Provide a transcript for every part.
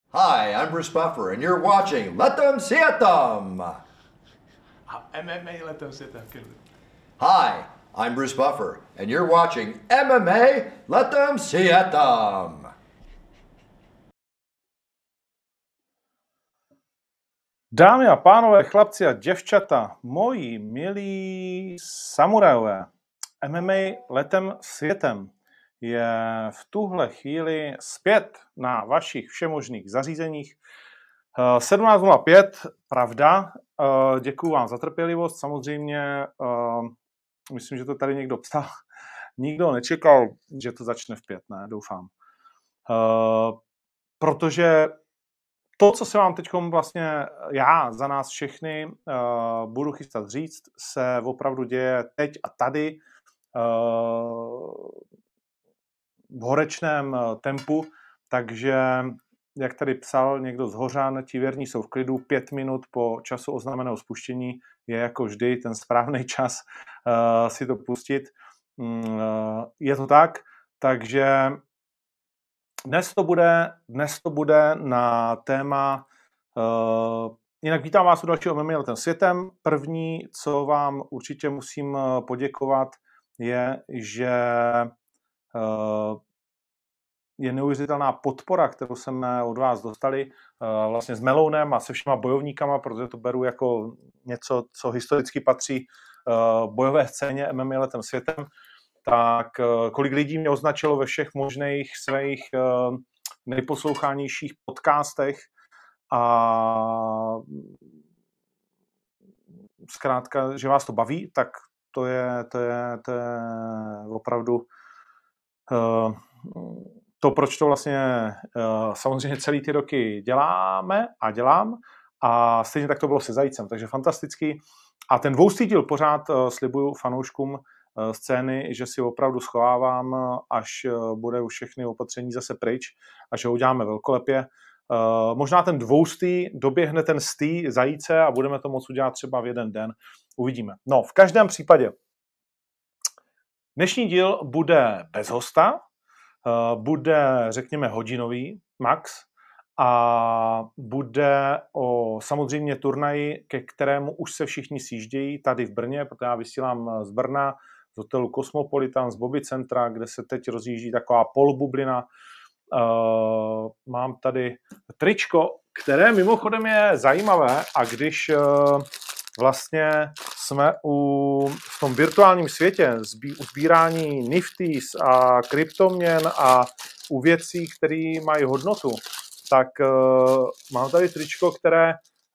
Hi, I'm Bruce Buffer, and you're watching Let Them See It Them! MMA Letem světem, kyllä. Hi, I'm Bruce Buffer, and you're watching MMA Let Them See It Them! Dámy a pánové, chlapci a děvčata, moji milí samurajové, MMA Letem světem je v tuhle chvíli zpět na vašich všemožných zařízeních. 17:05, pravda, děkuju vám za trpělivost, samozřejmě, myslím, že to tady někdo psal, nikdo nečekal, že to začne v 5, ne, doufám. Protože to, co se vám teď vlastně já za nás všechny budu chystat říct, se opravdu děje teď a tady v horečném tempu, takže jak tady psal někdo z Hořan, ti věrní jsou v klidu, 5 minut po času oznámeného spuštění je jako vždy ten správný čas si to pustit. Je to tak, takže dnes to bude na téma, jinak vítám vás u dalšího MMA Letem světem. První, co vám určitě musím poděkovat, je, že je neuvěřitelná podpora, kterou jsme od vás dostali vlastně s Melounem a se všema bojovníkama, protože to beru jako něco, co historicky patří bojové scéně MMA Letem světem. Tak kolik lidí mě označilo ve všech možných svých nejposlouchanějších podcastech a zkrátka, že vás to baví, tak to je opravdu to, proč to vlastně samozřejmě celý ty roky děláme a dělám, a stejně tak to bylo se Zajícem, takže fantastický. A ten 200. díl pořád slibuju fanouškům scény, že si opravdu schovávám, až bude už všechny opatření zase pryč a že ho uděláme velkolepě. Možná ten 200. doběhne ten 100. Zajíce a budeme to moct udělat třeba v jeden den. Uvidíme. No, v každém případě dnešní díl bude bez hosta, bude, řekněme, hodinový max a bude o samozřejmě turnaji, ke kterému už se všichni sjíždějí tady v Brně, protože já vysílám z Brna, z hotelu Cosmopolitan, z Bobby Centra, kde se teď rozjíždí taková polobublina. Mám tady tričko, které mimochodem je zajímavé, a když vlastně jsme v tom virtuálním světě u sbírání nifties a kryptoměn a u věcí, které mají hodnotu, tak mám tady tričko, které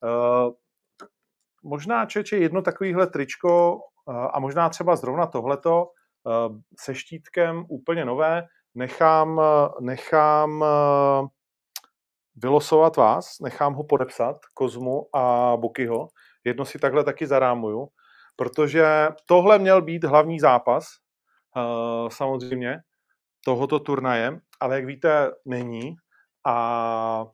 možná člověče jedno takovýhle tričko a možná třeba zrovna tohleto se štítkem úplně nové nechám vylosovat vás, nechám ho podepsat, Kozmu a Bukiho. Jedno si takhle taky zarámuju, protože tohle měl být hlavní zápas, samozřejmě, tohoto turnaje, ale jak víte, není. A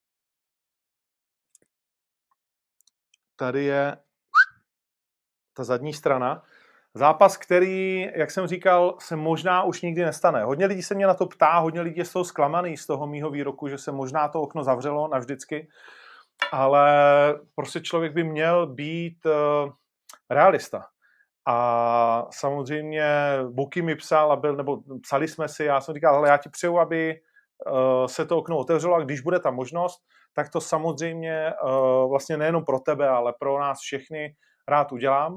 tady je ta zadní strana. Zápas, který, jak jsem říkal, se možná už nikdy nestane. Hodně lidí se mě na to ptá, hodně lidí je z toho zklamaný, z toho mýho výroku, že se možná to okno zavřelo navždycky, ale prostě člověk by měl být realista. A samozřejmě Buky mi psal, nebo psali jsme si, já jsem říkal, ale já ti přeju, aby se to okno otevřelo, a když bude ta možnost, tak to samozřejmě vlastně nejenom pro tebe, ale pro nás všechny rád udělám.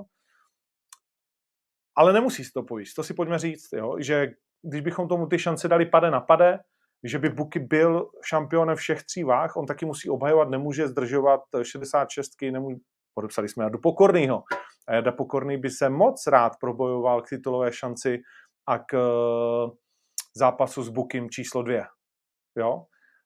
Ale nemusí si to povíst, to si pojďme říct, jo? Že když bychom tomu ty šance dali pade na pade, že by Buky byl šampionem všech 3 váh, on taky musí obhajovat, nemůže zdržovat 66, podepsali jsme Jardu Pokornýho. A Jarda Pokorný by se moc rád probojoval k titulové šanci a k zápasu s Bukim číslo 2. Jo?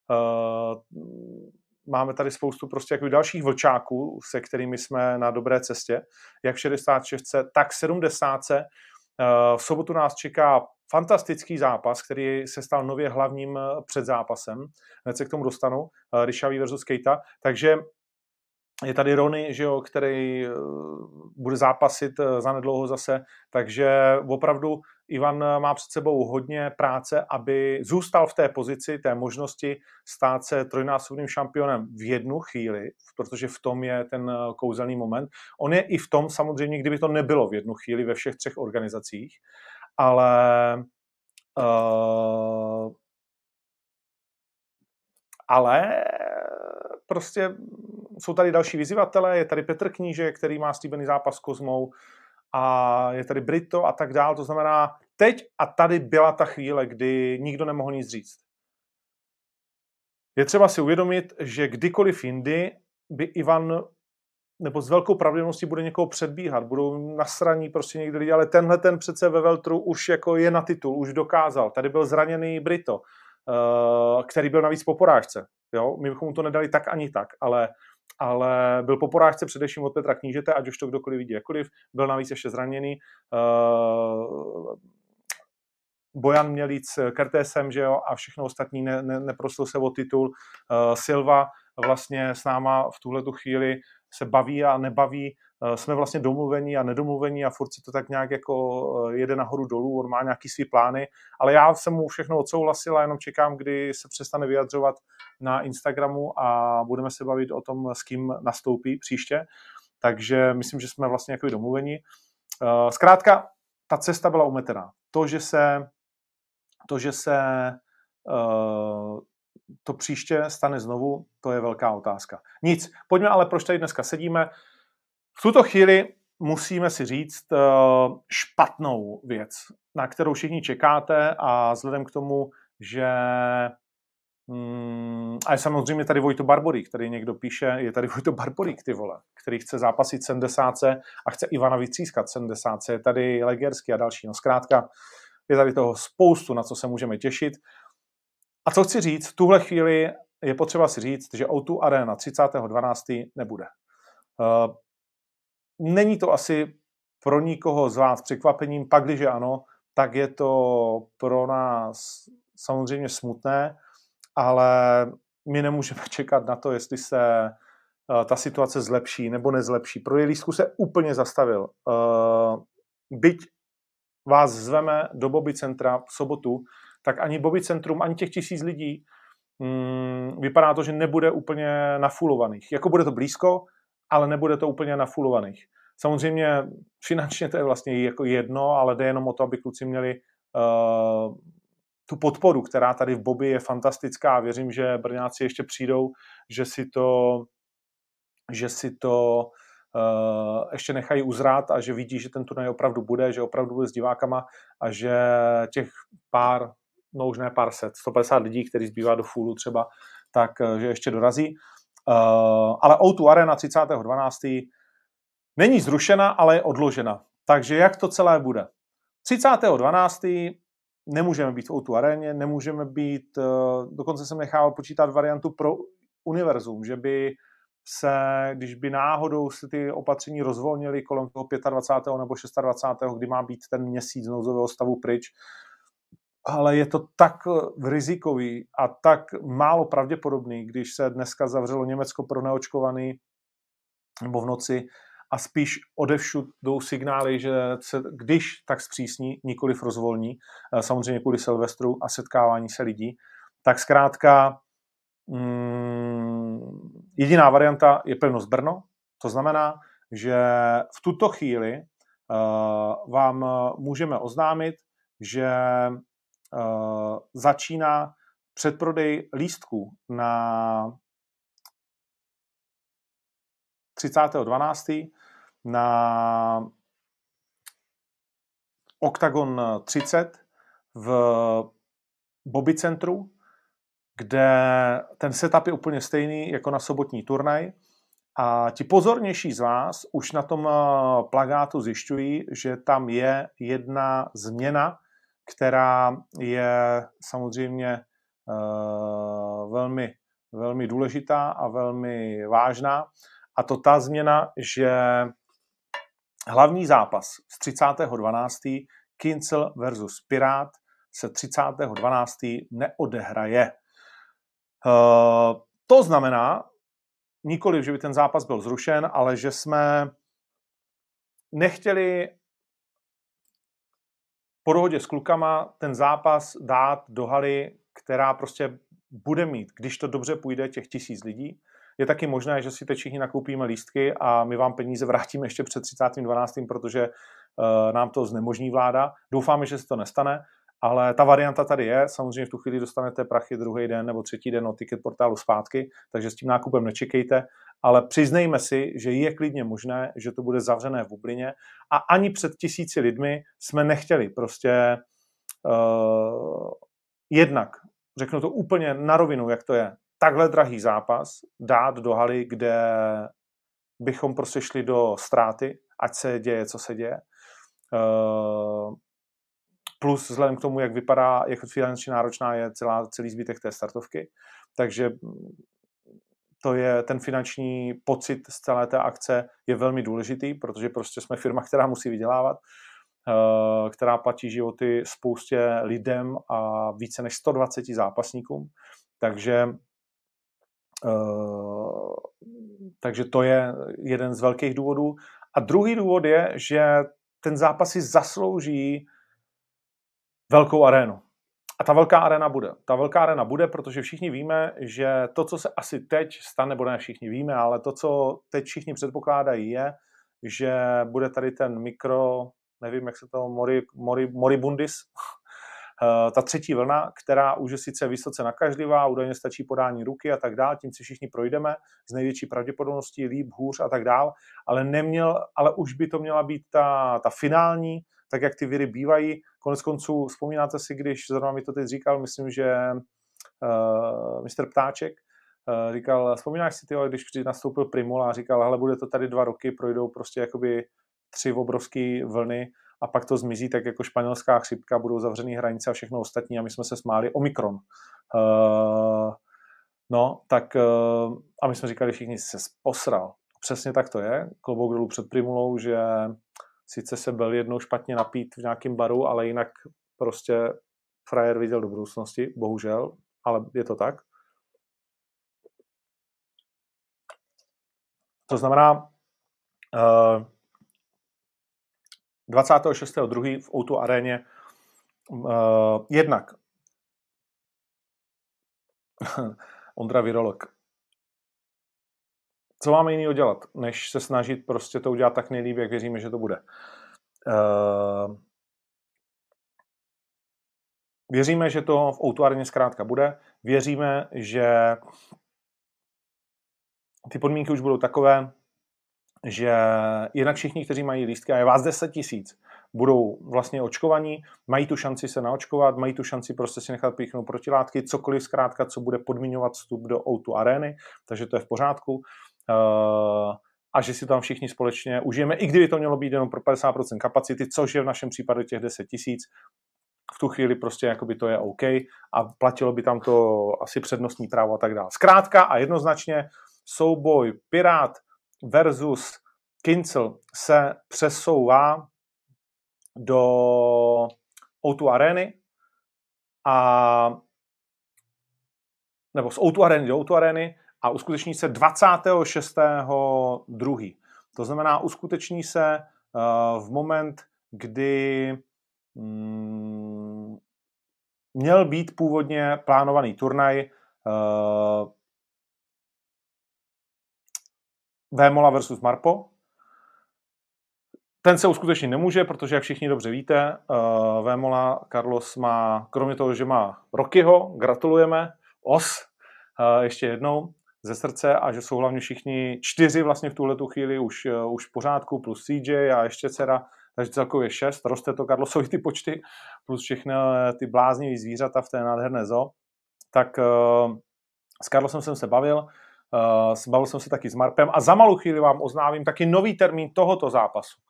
Máme tady spoustu prostě jako dalších vlčáků, se kterými jsme na dobré cestě, jak v 66, tak v 70. V sobotu nás čeká fantastický zápas, který se stal nově hlavním předzápasem. Hned se k tomu dostanu, Rishavi versus Keita. Takže Je tady Rony, že jo, který bude zápasit zanedlouho zase, takže opravdu Ivan má před sebou hodně práce, aby zůstal v té pozici, té možnosti stát se trojnásobným šampionem v jednu chvíli, protože v tom je ten kouzelný moment. On je i v tom samozřejmě, kdyby to nebylo v jednu chvíli ve všech 3 organizacích, ale prostě jsou tady další vyzývatelé, je tady Petr Kníže, který má slíbený zápas s Kozmou a je tady Brito a tak dál. To znamená, teď a tady byla ta chvíle, kdy nikdo nemohl nic říct. Je třeba si uvědomit, že kdykoliv jindy by Ivan, nebo s velkou pravděpodobností bude někoho předbíhat, budou nasraní prostě někde lidi, ale tenhle ten přece ve welteru už jako je na titul, už dokázal. Tady byl zraněný Brito, který byl navíc po porážce. Jo? My bychom mu to nedali tak ani tak, ale byl po porážce především od Petra Knížete, ať už to kdokoliv vidí jakkoliv, byl navíc ještě zraněný. Bojan měl jít s Kertésem, že jo, a všechno ostatní neprosil se o titul. Silva vlastně s náma v tuhletu chvíli se baví a nebaví. Jsme vlastně domluvení a nedomluvení a furt si to tak nějak jako jede nahoru dolů, on má nějaký svý plány, ale já jsem mu všechno odsouhlasil a jenom čekám, kdy se přestane vyjadřovat na Instagramu a budeme se bavit o tom, s kým nastoupí příště. Takže myslím, že jsme vlastně jako domluvení. Zkrátka, ta cesta byla umetená. To, že se to příště stane znovu, to je velká otázka. Nic, pojďme ale, proč tady dneska sedíme. V tuto chvíli musíme si říct špatnou věc, na kterou všichni čekáte a vzhledem k tomu, že a je samozřejmě tady Vojto Barborík, který někdo píše, je tady Vojto Barborík, ty vole, který chce zápasit 70 a chce Ivana vytřískat 70, je tady Legersky a další, no zkrátka je tady toho spoustu, na co se můžeme těšit. A co chci říct, v tuhle chvíli je potřeba si říct, že O2 Arena 30.12. nebude. Není to asi pro nikoho z vás překvapením, pak když ano, tak je to pro nás samozřejmě smutné, ale my nemůžeme čekat na to, jestli se ta situace zlepší nebo nezlepší. Prodej lístků se úplně zastavil. Byť vás zveme do Bobby centra v sobotu, tak ani Bobby centrum, ani těch 1000 lidí vypadá to, že nebude úplně nafulovaných. Jako bude to blízko, ale nebude to úplně nafulovaných. Samozřejmě finančně to je vlastně jako jedno, ale jde jenom o to, aby kluci měli tu podporu, která tady v Bobby je fantastická. Věřím, že Brňáci ještě přijdou, že si to ještě nechají uzrát a že vidí, že ten turnaj opravdu bude, že opravdu bude s divákama a že těch pár, no už ne pár set, 150 lidí, který zbývá do fullu třeba, tak že ještě dorazí. Ale O2 Arena 30.12. není zrušena, ale je odložena. Takže jak to celé bude? 30.12. nemůžeme být v O2 Aréně, nemůžeme být, dokonce jsem nechával počítat variantu pro univerzum, že by se, když by náhodou se ty opatření rozvolnily kolem toho 25. nebo 26. kdy má být ten měsíc nouzového stavu pryč, ale je to tak rizikový a tak málo pravděpodobný, když se dneska zavřelo Německo pro neočkovaný nebo v noci a spíš odevšud jdou signály, že se, když tak zpřísní, nikoliv rozvolní, samozřejmě kvůli Silvestru a setkávání se lidí, tak zkrátka jediná varianta je pevnost Brno. To znamená, že v tuto chvíli vám můžeme oznámit, že začíná předprodej lístků na 30.12. na Octagon 30 v Bobby centru, kde ten setup je úplně stejný jako na sobotní turnaj. A ti pozornější z vás už na tom plakátu zjišťují, že tam je jedna změna, která je samozřejmě velmi, velmi důležitá a velmi vážná. A to ta změna, že hlavní zápas z 30.12. Kincel versus Pirát se 30.12. neodehraje. To znamená, nikoliv, že by ten zápas byl zrušen, ale že jsme nechtěli po dohodě s klukama ten zápas dát do haly, která prostě bude mít, když to dobře půjde, těch 1000 lidí. Je taky možné, že si teď všichni nakoupíme lístky a my vám peníze vrátíme ještě před 30.12., protože nám to znemožní vláda. Doufáme, že se to nestane, ale ta varianta tady je. Samozřejmě v tu chvíli dostanete prachy druhý den nebo třetí den od ticket portálu zpátky, takže s tím nákupem nečekejte, ale přiznejme si, že je klidně možné, že to bude zavřené v bublině a ani před 1000 lidmi jsme nechtěli prostě jednak, řeknu to úplně na rovinu, jak to je, takhle drahý zápas dát do haly, kde bychom prostě šli do ztráty, ať se děje, co se děje. Plus vzhledem k tomu, jak vypadá, jak finančně náročná je celý zbytek té startovky. Takže to je ten finanční pocit z celé té akce je velmi důležitý, protože prostě jsme firma, která musí vydělávat, která platí životy spoustě lidem a více než 120 zápasníkům. Takže to je jeden z velkých důvodů. A druhý důvod je, že ten zápas si zaslouží velkou arénu. A ta velká arena bude. Ta velká arena bude, protože všichni víme, že to, co se asi teď stane, nebo ne všichni víme, ale to, co teď všichni předpokládají, je, že bude tady ten nevím, jak se to, moribundis, ta třetí vlna, která už je sice vysoce nakažlivá, údajně stačí podání ruky a tak dál, tím si všichni projdeme z největší pravděpodobností, líp, hůř a tak dál, ale už by to měla být ta finální, tak jak ty viry bývají. Konec konců, vzpomínáte si, když zrovna mi to teď říkal, myslím, že mistr Ptáček říkal, vzpomínáš si, když nastoupil Primula a říkal, hele, bude to tady 2 roky, projdou prostě jakoby 3 obrovské vlny a pak to zmizí, tak jako španělská chřipka, budou zavřený hranice a všechno ostatní a my jsme se smáli Omikron. A my jsme říkali, všichni se posral. Přesně tak to je, klobouk dolů před Primulou, že sice se byl jednou špatně napít v nějakém baru, ale jinak prostě frajer viděl do budoucnosti, bohužel, ale je to tak. To znamená, 26.2. v O2 aréně jednak Ondra Virolog. Co máme jiného dělat, než se snažit prostě to udělat tak nejlíp, jak věříme, že to bude. Věříme, že to v O2 aréně zkrátka bude. Věříme, že ty podmínky už budou takové, že jinak všichni, kteří mají lístky, a je vás 10 000, budou vlastně očkovaní, mají tu šanci se naočkovat, mají tu šanci prostě si nechat píchnout protilátky, cokoliv zkrátka, co bude podmiňovat vstup do O2 arény, takže to je v pořádku. A že si tam všichni společně užijeme, i kdyby to mělo být jenom pro 50% kapacity, což je v našem případě těch 10 000, v tu chvíli prostě jakoby to je OK a platilo by tam to asi přednostní právo a tak dále. Zkrátka a jednoznačně souboj Pirát versus Kincl se přesouvá do O2 arény nebo z O2 arény do O2 arény a uskuteční se 26.2. To znamená, uskuteční se v moment, kdy měl být původně plánovaný turnaj Vémola versus Marpo. Ten se uskutečnit nemůže, protože, jak všichni dobře víte, Vémola Carlos má, kromě toho, že má Rockyho, gratulujeme, ještě jednou ze srdce a že jsou hlavně všichni 4 vlastně v tuhletu chvíli už v pořádku, plus CJ a ještě dcera, takže celkově 6, roste to Carlosovi ty počty, plus všechny ty bláznivý zvířata v té nádherné zoo. Tak s Carlosem jsem se bavil jsem se taky s Marpem a za malou chvíli vám oznámím taky nový termín tohoto zápasu.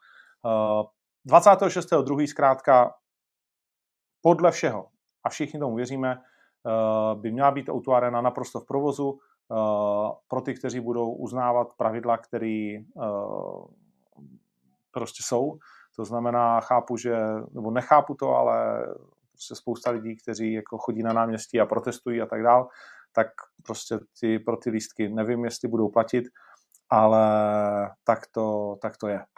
26.2. zkrátka podle všeho, a všichni tomu věříme, by měla být O2 arena naprosto v provozu pro ty, kteří budou uznávat pravidla, které prostě jsou. To znamená, nebo nechápu to, ale prostě spousta lidí, kteří jako chodí na náměstí a protestují a tak dál, tak prostě pro ty lístky nevím, jestli budou platit, ale tak to je.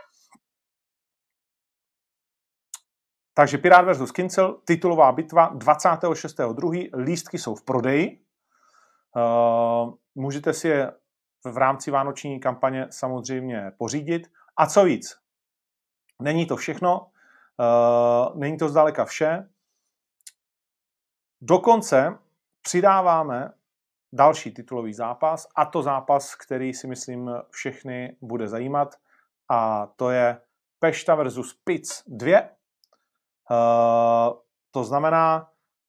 Takže Pirát versus Kincel, titulová bitva 26.2. Lístky jsou v prodeji. Můžete si je v rámci vánoční kampaně samozřejmě pořídit. A co víc, není to všechno, není to zdaleka vše. Dokonce přidáváme další titulový zápas, a to zápas, který si myslím všechny bude zajímat, a to je Pešta versus Pic 2. To znamená,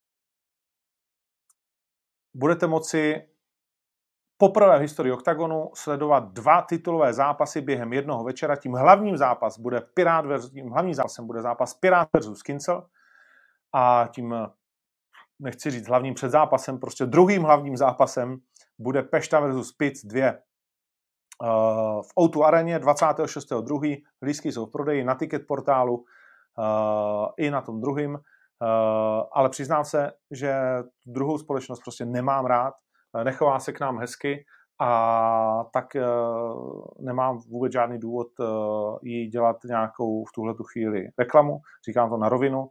budete moci poprvé v historii OKTAGONu sledovat 2 titulové zápasy během jednoho večera. Tím hlavním zápasem bude zápas Pirát versus Kincel a tím, nechci říct hlavním předzápasem, prostě druhým hlavním zápasem bude Pešta versus Pic 2. V O2 areně 26.2. Lístky jsou v prodeji na ticket portálu i na tom druhým, ale přiznám se, že druhou společnost prostě nemám rád, nechová se k nám hezky a tak nemám vůbec žádný důvod jí dělat nějakou v tuhletu chvíli reklamu, říkám to na rovinu,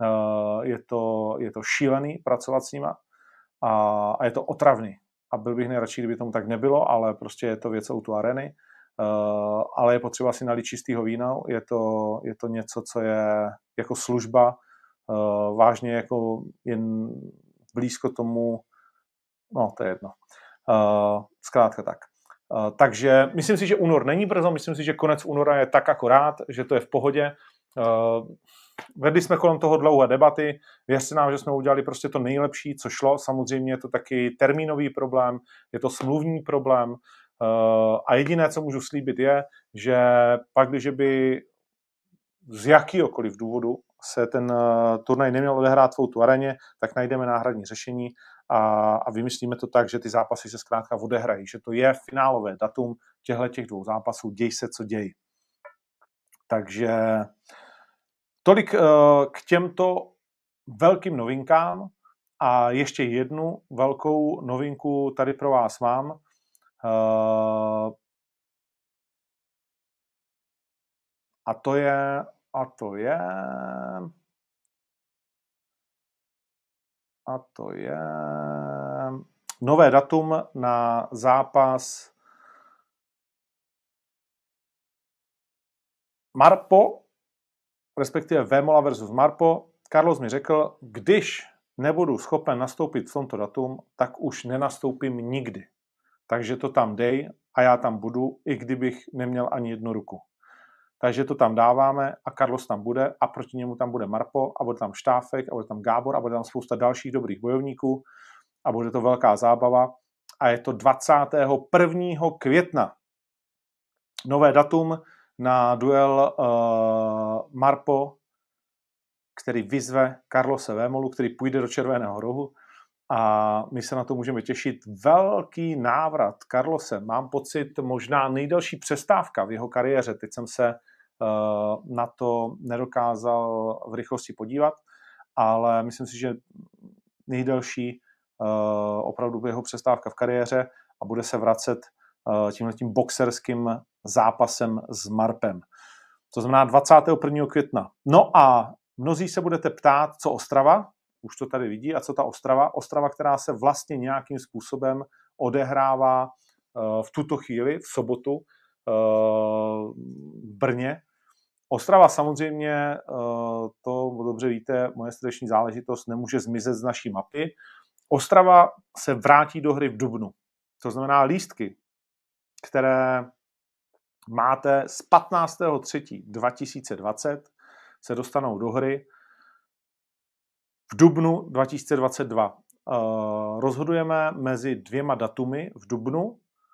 je to šílený pracovat s nima a je to otravný a byl bych nejradši, kdyby tomu tak nebylo, ale prostě je to věc O2 areny, ale je potřeba si nalít čistýho vína, je to něco, co je jako služba, vážně jako jen blízko tomu, no to je jedno, zkrátka tak. Takže myslím si, že únor není brzo, myslím si, že konec února je tak akorát, že to je v pohodě. Vedli jsme kolem toho dlouhé debaty, věřte nám, že jsme udělali prostě to nejlepší, co šlo, samozřejmě je to taky termínový problém, je to smluvní problém a jediné, co můžu slíbit je, že pak, když by z jakýhokoliv důvodu se ten turnaj neměl odehrát v O2 areně, tak najdeme náhradní řešení a vymyslíme to tak, že ty zápasy se zkrátka odehrají, že to je finálové datum těch 2 zápasů, děj se, co děj. Takže tolik k těmto velkým novinkám a ještě jednu velkou novinku tady pro vás mám. A to je nové datum na zápas Marpo, respektive Vémola versus Marpo. Carlos mi řekl, když nebudu schopen nastoupit v tomto datum, tak už nenastoupím nikdy. Takže to tam dej a já tam budu, i kdybych neměl ani jednu ruku. Takže to tam dáváme a Carlos tam bude a proti němu tam bude Marpo a bude tam Štáfek a bude tam Gábor a bude tam spousta dalších dobrých bojovníků a bude to velká zábava a je to 21. května. Nové datum na duel Marpo, který vyzve Carlose Vémolu, který půjde do Červeného rohu a my se na to můžeme těšit. Velký návrat Carlose, mám pocit možná nejdelší přestávka v jeho kariéře, teď jsem se na to nedokázal v rychlosti podívat, ale myslím si, že nejdelší opravdu jeho přestávka v kariéře a bude se vracet tímhletím boxerským zápasem s Marpem. To znamená 21. května. No a mnozí se budete ptát, co Ostrava, už to tady vidí, a co ta Ostrava, která se vlastně nějakým způsobem odehrává v tuto chvíli, v sobotu v Brně. Ostrava samozřejmě, to dobře víte, moje srdeční záležitost nemůže zmizet z naší mapy. Ostrava se vrátí do hry v dubnu. To znamená lístky, které máte z 15.3.2020 se dostanou do hry v dubnu 2022. Rozhodujeme mezi 2 datumy v dubnu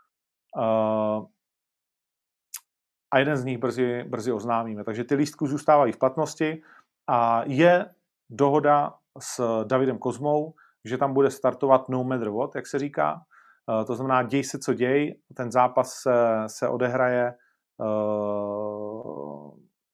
a jeden z nich brzy oznámíme. Takže ty lístky zůstávají v platnosti a je dohoda s Davidem Kozmou, že tam bude startovat no matter what, jak se říká. To znamená, děj se, co děj, ten zápas se odehraje,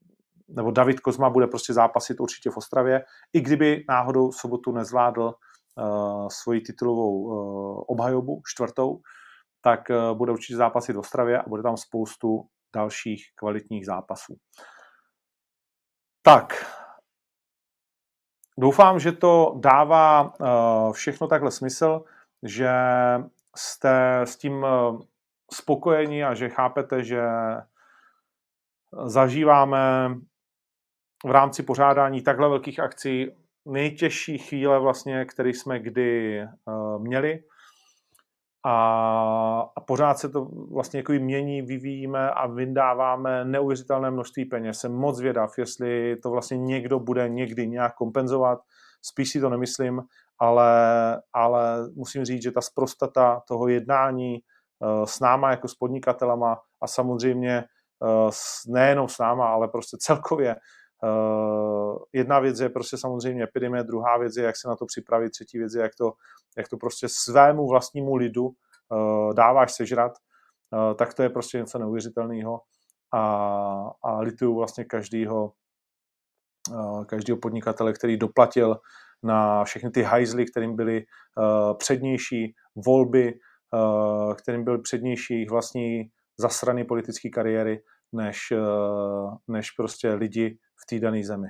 nebo David Kozma bude prostě zápasit určitě v Ostravě, i kdyby náhodou sobotu nezvládl svoji titulovou obhajobu, 4., tak bude určitě zápasit v Ostravě a bude tam spoustu dalších kvalitních zápasů. Tak, doufám, že to dává všechno takhle smysl, že jste s tím spokojeni a že chápete, že zažíváme v rámci pořádání takhle velkých akcí nejtěžší chvíle vlastně, které jsme kdy měli. A pořád se to vlastně jako mění, vyvíjíme a vydáváme neuvěřitelné množství peněz. Jsem moc zvědav, jestli to vlastně někdo bude někdy nějak kompenzovat. Spíš si to nemyslím, ale musím říct, že ta sprostata toho jednání s náma jako s podnikatelama a samozřejmě nejenom s náma, ale prostě celkově. Jedna věc je prostě samozřejmě epidemie, druhá věc je, jak se na to připravit, třetí věc je, jak to prostě svému vlastnímu lidu dáváš sežrat, tak to je prostě něco neuvěřitelného a lituju vlastně každého podnikatele, který doplatil na všechny ty hajzly, kterým byly přednější volby, kterým byly přednější jejich vlastní zasrané politické kariéry, než prostě lidi v té dané zemi.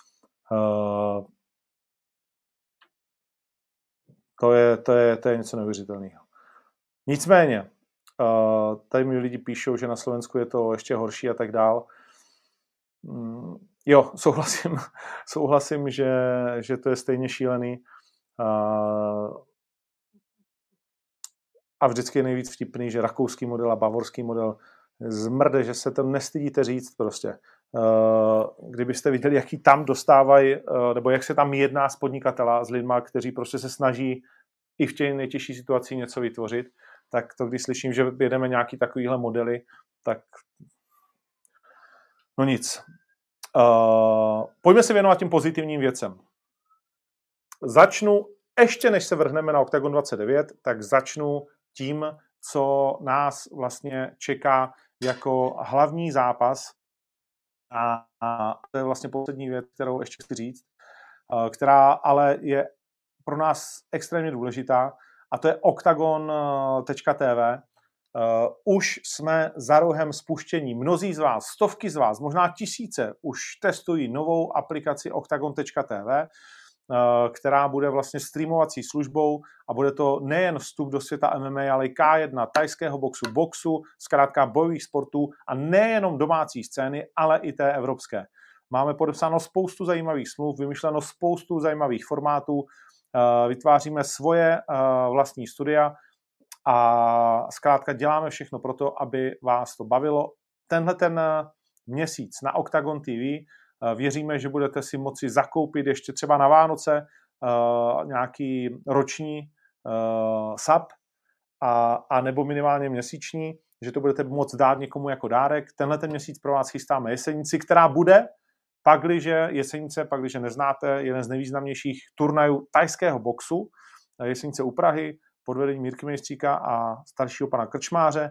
To je něco neuvěřitelného. Nicméně, tady mi lidi píšou, že na Slovensku je to ještě horší a tak dál. Jo, souhlasím, že to je stejně šílený. A vždycky je nejvíc vtipný, že rakouský model a bavorský model zmrde, že se to nestydíte říct prostě. Kdybyste viděli, jaký tam dostávají, nebo jak se tam jedná s podnikatela, s lidma, kteří prostě se snaží i v těch nejtěžší situaci něco vytvořit, tak to, když slyším, že jedeme nějaký takovýhle modely, tak no nic. Pojďme se věnovat tím pozitivním věcem. Začnu, ještě než se vrhneme na Octagon 29, tak začnu tím, co nás vlastně čeká jako hlavní zápas. A to je vlastně poslední věc, kterou ještě chci říct, která ale je pro nás extrémně důležitá, a to je Octagon.tv. Už jsme za rohem spuštění. Mnozí z vás, stovky z vás, možná tisíce už testují novou aplikaci Octagon.tv, která bude vlastně streamovací službou a bude to nejen vstup do světa MMA, ale i K1, tajského boxu, zkrátka bojových sportů a nejenom domácí scény, ale i té evropské. Máme podepsáno spoustu zajímavých smluv, vymyšleno spoustu zajímavých formátů, vytváříme svoje vlastní studia a zkrátka děláme všechno pro to, aby vás to bavilo. Tenhle ten měsíc na Octagon TV věříme, že budete si moci zakoupit ještě třeba na Vánoce nějaký roční sub a nebo minimálně měsíční, že to budete moct dát někomu jako dárek. Tenhle ten měsíc pro vás chystáme Jesenici, která bude, pakliže neznáte, jeden z nejvýznamnějších turnajů tajského boxu, Jesenice u Prahy, pod vedením Jirky Mejstříka a staršího pana Krčmáře.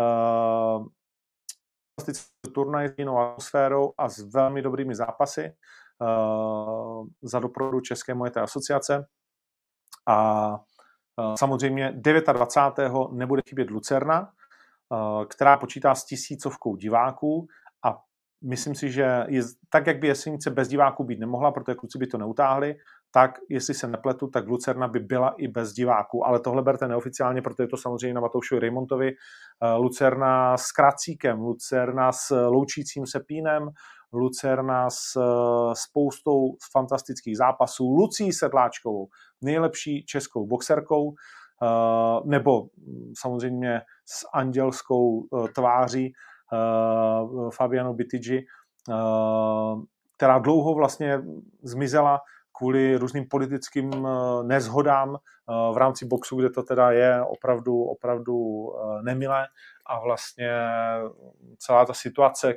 Turnaj s jinou atmosférou a s velmi dobrými zápasy za doprovodu České Muay Thai asociace. A samozřejmě 29. nebude chybět Lucerna, která počítá s 1000 diváků a myslím si, že tak, jak by Jesenice bez diváků být nemohla, protože kluci by to neutáhli, tak jestli se nepletu, tak Lucerna by byla i bez diváků, ale tohle berte neoficiálně, protože je to samozřejmě na Matoušovi Rejmontovi. Lucerna s Kracíkem, Lucerna s loučícím se Pínem, Lucerna s spoustou fantastických zápasů, Lucí Sedláčkovou, nejlepší českou boxerkou, nebo samozřejmě s andělskou tváří Fabianou Bitidži, která dlouho vlastně zmizela kvůli různým politickým neshodám v rámci boxu, kde to teda je opravdu nemilé a vlastně celá ta situace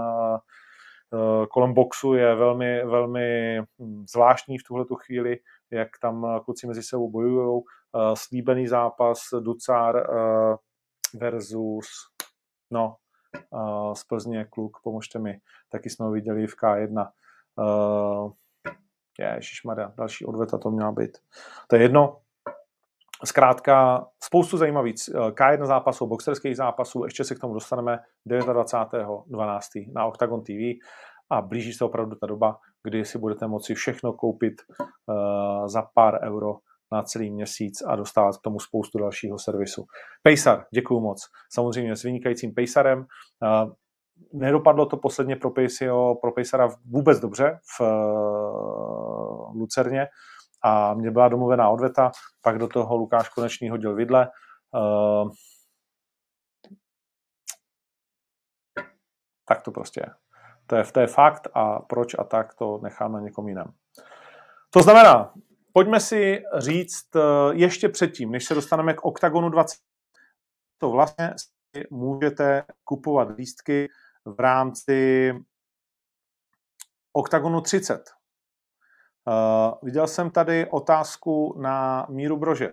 kolem boxu je velmi, velmi zvláštní v tuhletu chvíli, jak tam kluci mezi sebou bojujou. Slíbený zápas Ducár versus z Plzně kluk, pomožte mi, taky jsme ho viděli v K1. Ježišmarja, další odveta to měla být. To je jedno. Zkrátka spoustu zajímavých K1 zápasů, boxerských zápasů, ještě se k tomu dostaneme 29.12. na Octagon TV a blíží se opravdu ta doba, kdy si budete moci všechno koupit za pár euro na celý měsíc a dostávat k tomu spoustu dalšího servisu. Pacer, děkuju moc. Samozřejmě s vynikajícím Pacerem. Nedopadlo to posledně pro Pacera vůbec dobře v Lucerně a mě byla domluvená odveta, pak do toho Lukáš Konečný hodil vidle. Tak to prostě je. To je fakt a proč a tak to nechám na někom jiném. To znamená, pojďme si říct ještě předtím, než se dostaneme k Octagonu 20, to vlastně si můžete kupovat lístky v rámci Octagonu 30. Viděl jsem tady otázku na Míru Brože.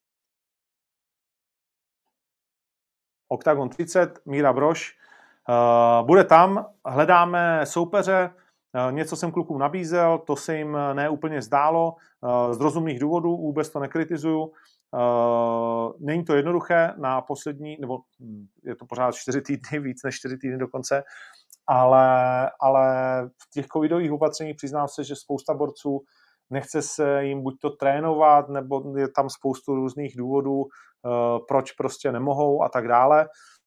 Octagon 30, Míra Brož. Bude tam, hledáme soupeře, něco jsem klukům nabízel, to se jim neúplně zdálo, z rozumných důvodů, vůbec to nekritizuju. Není to jednoduché na poslední, nebo je to pořád 4 týdny, víc než 4 týdny dokonce, ale v těch covidových opatřeních přiznám se, že spousta borců nechce se jim buď to trénovat, nebo je tam spoustu různých důvodů, proč prostě nemohou a tak dále.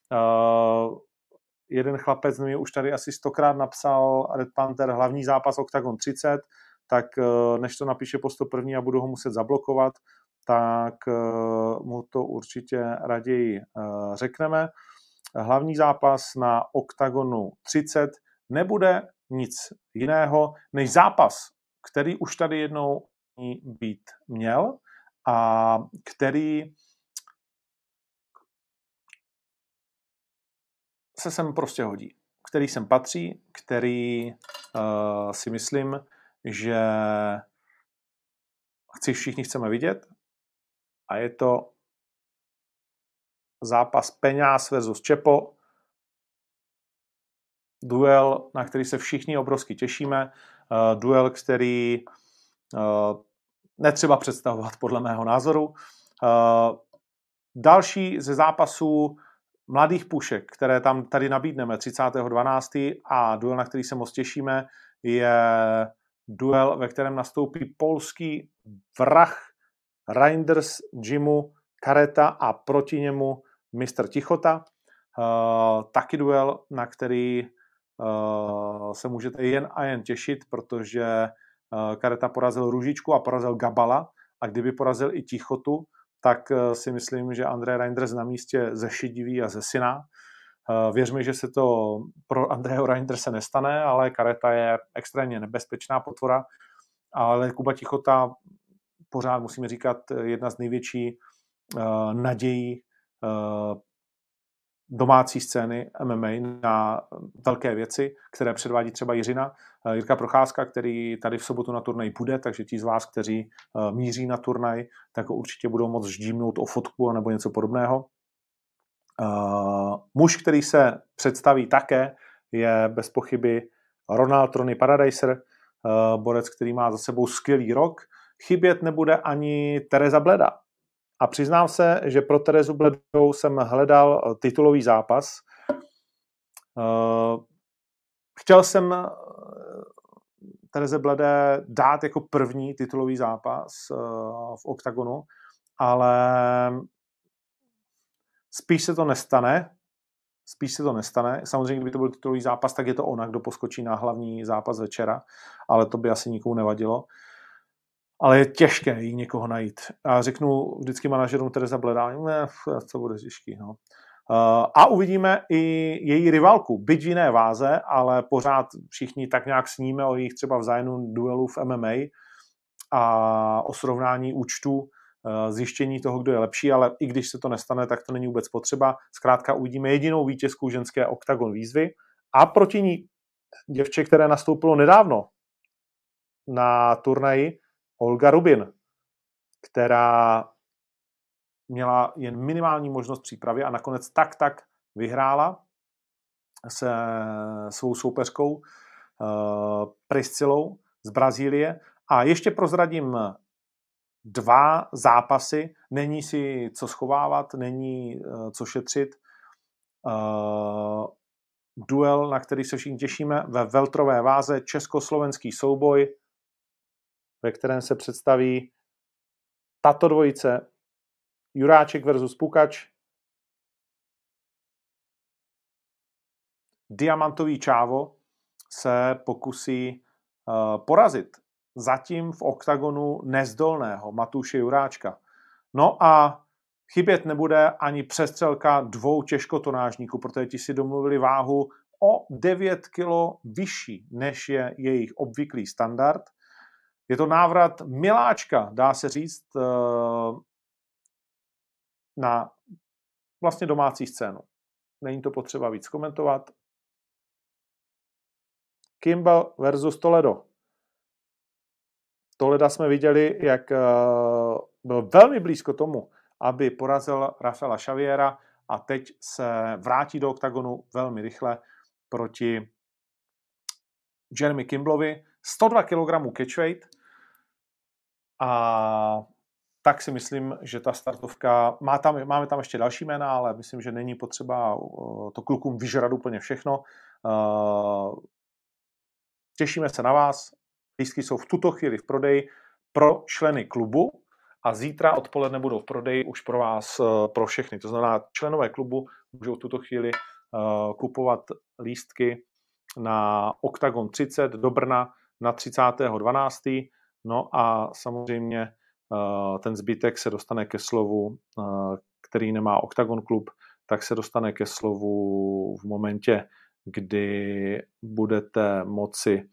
Jeden chlapec mi už tady asi 100krát napsal Red Panther hlavní zápas Octagon 30, tak než to napíše po 101 a budu ho muset zablokovat, tak mu to určitě raději řekneme. Hlavní zápas na Octagonu 30 nebude nic jiného než zápas, který už tady jednou být měl a který se sem prostě hodí, který sem patří, který si myslím, že všichni chceme vidět a je to zápas Peňáz versus Čepo, duel, na který se všichni obrovsky těšíme, duel, který netřeba představovat podle mého názoru. Další ze zápasů mladých pušek, které tam tady nabídneme 30.12. a duel, na který se moc těšíme, je duel, ve kterém nastoupí polský vrah Reinders Jimu Kareta a proti němu Mr. Tichota. Taky duel, na který se můžete jen a jen těšit, protože Kareta porazil Růžičku a porazil Gabala a kdyby porazil i Tichotu, tak si myslím, že Andrej Reinders na místě zešediví a zesyná. Věřme, že se to pro Andreho Reinderse nestane, ale Kareta je extrémně nebezpečná potvora, ale Kuba Tichota pořád, musíme říkat, jedna z největší nadějí domácí scény MMA na velké věci, které předvádí třeba Jirka Procházka, který tady v sobotu na turnaji bude, takže ti z vás, kteří míří na turnaj, tak určitě budou moct ždímnout o fotku nebo něco podobného. Muž, který se představí také, je bez pochyby Ronald Ronny Paradiser, borec, který má za sebou skvělý rok. Chybět nebude ani Tereza Bleda. A přiznám se, že pro Terezu Bledou jsem hledal titulový zápas. Chtěl jsem Tereze Bledé dát jako první titulový zápas v Octagonu, ale spíš se to nestane. Samozřejmě, kdyby to byl titulový zápas, tak je to ona, kdo poskočí na hlavní zápas večera, ale to by asi nikomu nevadilo. Ale je těžké jí někoho najít. A řeknu vždycky manažerům Tereza Bledá, to bude těžký. No. A uvidíme i její rivalku, byť v jiné váze, ale pořád všichni tak nějak sníme o jejich třeba vzájemném duelu v MMA a o srovnání účtů, zjištění toho, kdo je lepší, ale i když se to nestane, tak to není vůbec potřeba. Zkrátka uvidíme jedinou vítězku ženské Octagon výzvy a proti ní děvče, které nastoupilo nedávno na turnaji, Olga Rubin, která měla jen minimální možnost přípravy a nakonec tak vyhrála se svou soupeřkou Priscilou z Brazílie A ještě prozradím 2 zápasy. Není si co schovávat, není co šetřit. Duel, na který se všichni těšíme, ve welterové váze, československý souboj, ve kterém se představí tato dvojice, Juráček versus Pukač, Diamantový Čávo se pokusí porazit zatím v oktagonu nezdolného Matouše Juráčka. No a chybět nebude ani přestřelka 2 těžkotonážníků, protože ti si domluvili váhu o 9 kg vyšší, než je jejich obvyklý standard. Je to návrat miláčka, dá se říct, na vlastně domácí scénu. Není to potřeba víc komentovat. Kimball versus Toledo. Toleda jsme viděli, jak byl velmi blízko tomu, aby porazil Rafaela Xaviera a teď se vrátí do oktagonu velmi rychle proti Jeremy Kimblovi. 102 kg catchweight a tak si myslím, že ta startovka, máme tam ještě další jména, ale myslím, že není potřeba to klukům vyžrat úplně všechno. Těšíme se na vás. Lístky jsou v tuto chvíli v prodeji pro členy klubu a zítra odpoledne budou v prodeji už pro vás, pro všechny. To znamená, členové klubu můžou v tuto chvíli kupovat lístky na Octagon 30 do Brna na 30.12. No a samozřejmě ten zbytek se dostane ke slovu, který nemá Octagon klub, tak se dostane ke slovu v momentě, kdy budete moci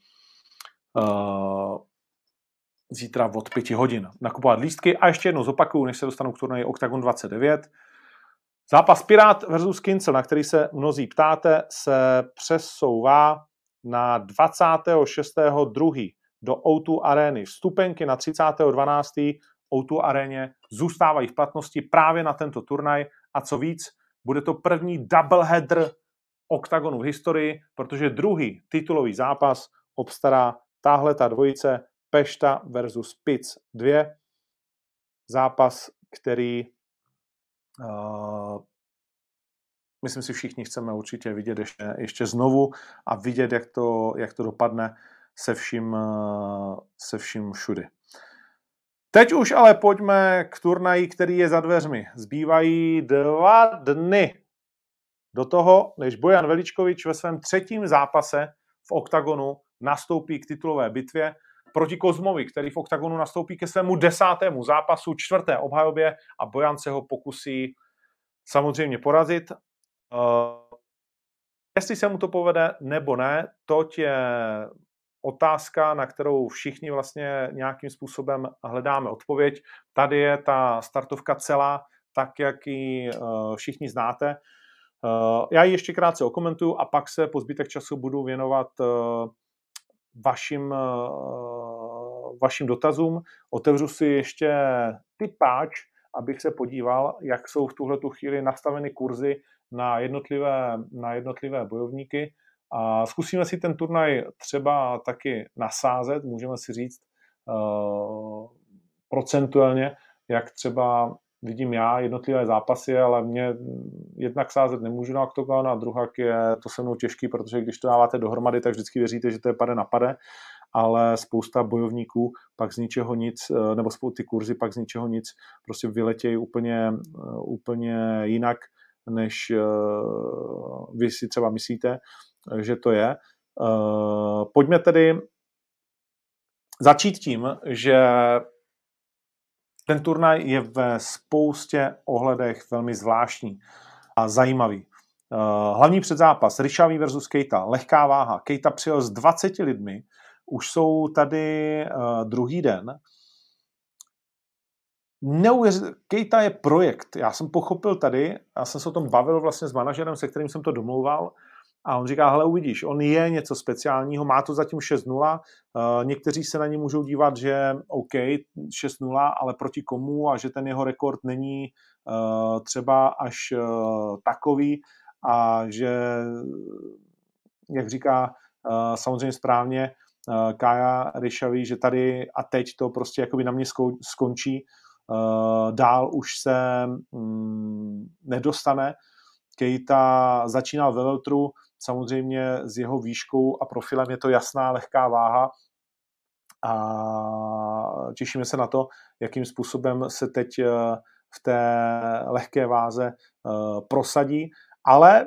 zítra od 5 hodin nakupovat lístky. A ještě jednou zopakuju, než se dostanu k turnaji Octagon 29. Zápas Pirát versus Kincel, na který se mnozí ptáte, se přesouvá na 26.2. do O2 arény. Vstupenky na 30.12. O2 aréně zůstávají v platnosti právě na tento turnaj a co víc, bude to první doubleheader Octagonu v historii, protože druhý titulový zápas obstará tahle ta dvojice Pešta versus Pic 2. Zápas, který myslím si všichni chceme určitě vidět ještě znovu a vidět, jak to dopadne se vším všudy. Teď už ale pojďme k turnaji, který je za dveřmi. Zbývají 2 dny do toho, než Bojan Veličkovič ve svém 3. zápase v oktagonu nastoupí k titulové bitvě proti Kozmovi, který v oktagonu nastoupí ke svému 10. zápasu, 4. obhajobě a Bojan se ho pokusí samozřejmě porazit. Jestli se mu to povede nebo ne, to je otázka, na kterou všichni vlastně nějakým způsobem hledáme odpověď. Tady je ta startovka celá, tak jak ji všichni znáte. Já ji ještě krátce okomentuju a pak se po zbytek času budu věnovat vašim dotazům. Otevřu si ještě tipáč, abych se podíval, jak jsou v tuhletu chvíli nastaveny kurzy na jednotlivé bojovníky. A zkusíme si ten turnaj třeba taky nasázet, můžeme si říct procentuálně, jak třeba vidím já jednotlivé zápasy, ale mě jednak sázet nemůžu na oktagon a druhak je to se mnou těžký, protože když to dáváte dohromady, tak vždycky věříte, že to je pade na pade, ale spousta bojovníků pak z ničeho nic, nebo ty kurzy pak z ničeho nic prostě vyletějí úplně jinak, než vy si třeba myslíte, že to je. Pojďme tedy začít tím, že ten turnaj je ve spoustě ohledech velmi zvláštní a zajímavý. Hlavní předzápas Rishavi versus Keita, lehká váha. Keita přijel s 20 lidmi, už jsou tady druhý den. Keita je projekt. Já jsem pochopil tady, já jsem se o tom bavil vlastně s manažerem, se kterým jsem to domlouval, a on říká, hele, uvidíš, on je něco speciálního, má to zatím 6-0, někteří se na ně můžou dívat, že OK, 6-0, ale proti komu a že ten jeho rekord není třeba až takový a že, jak říká samozřejmě správně, Kája Ryšavý, že tady a teď to prostě jakoby na mě skončí. Dál už se nedostane. Keita začínal ve welteru, samozřejmě s jeho výškou a profilem je to jasná lehká váha a těšíme se na to, jakým způsobem se teď v té lehké váze prosadí. Ale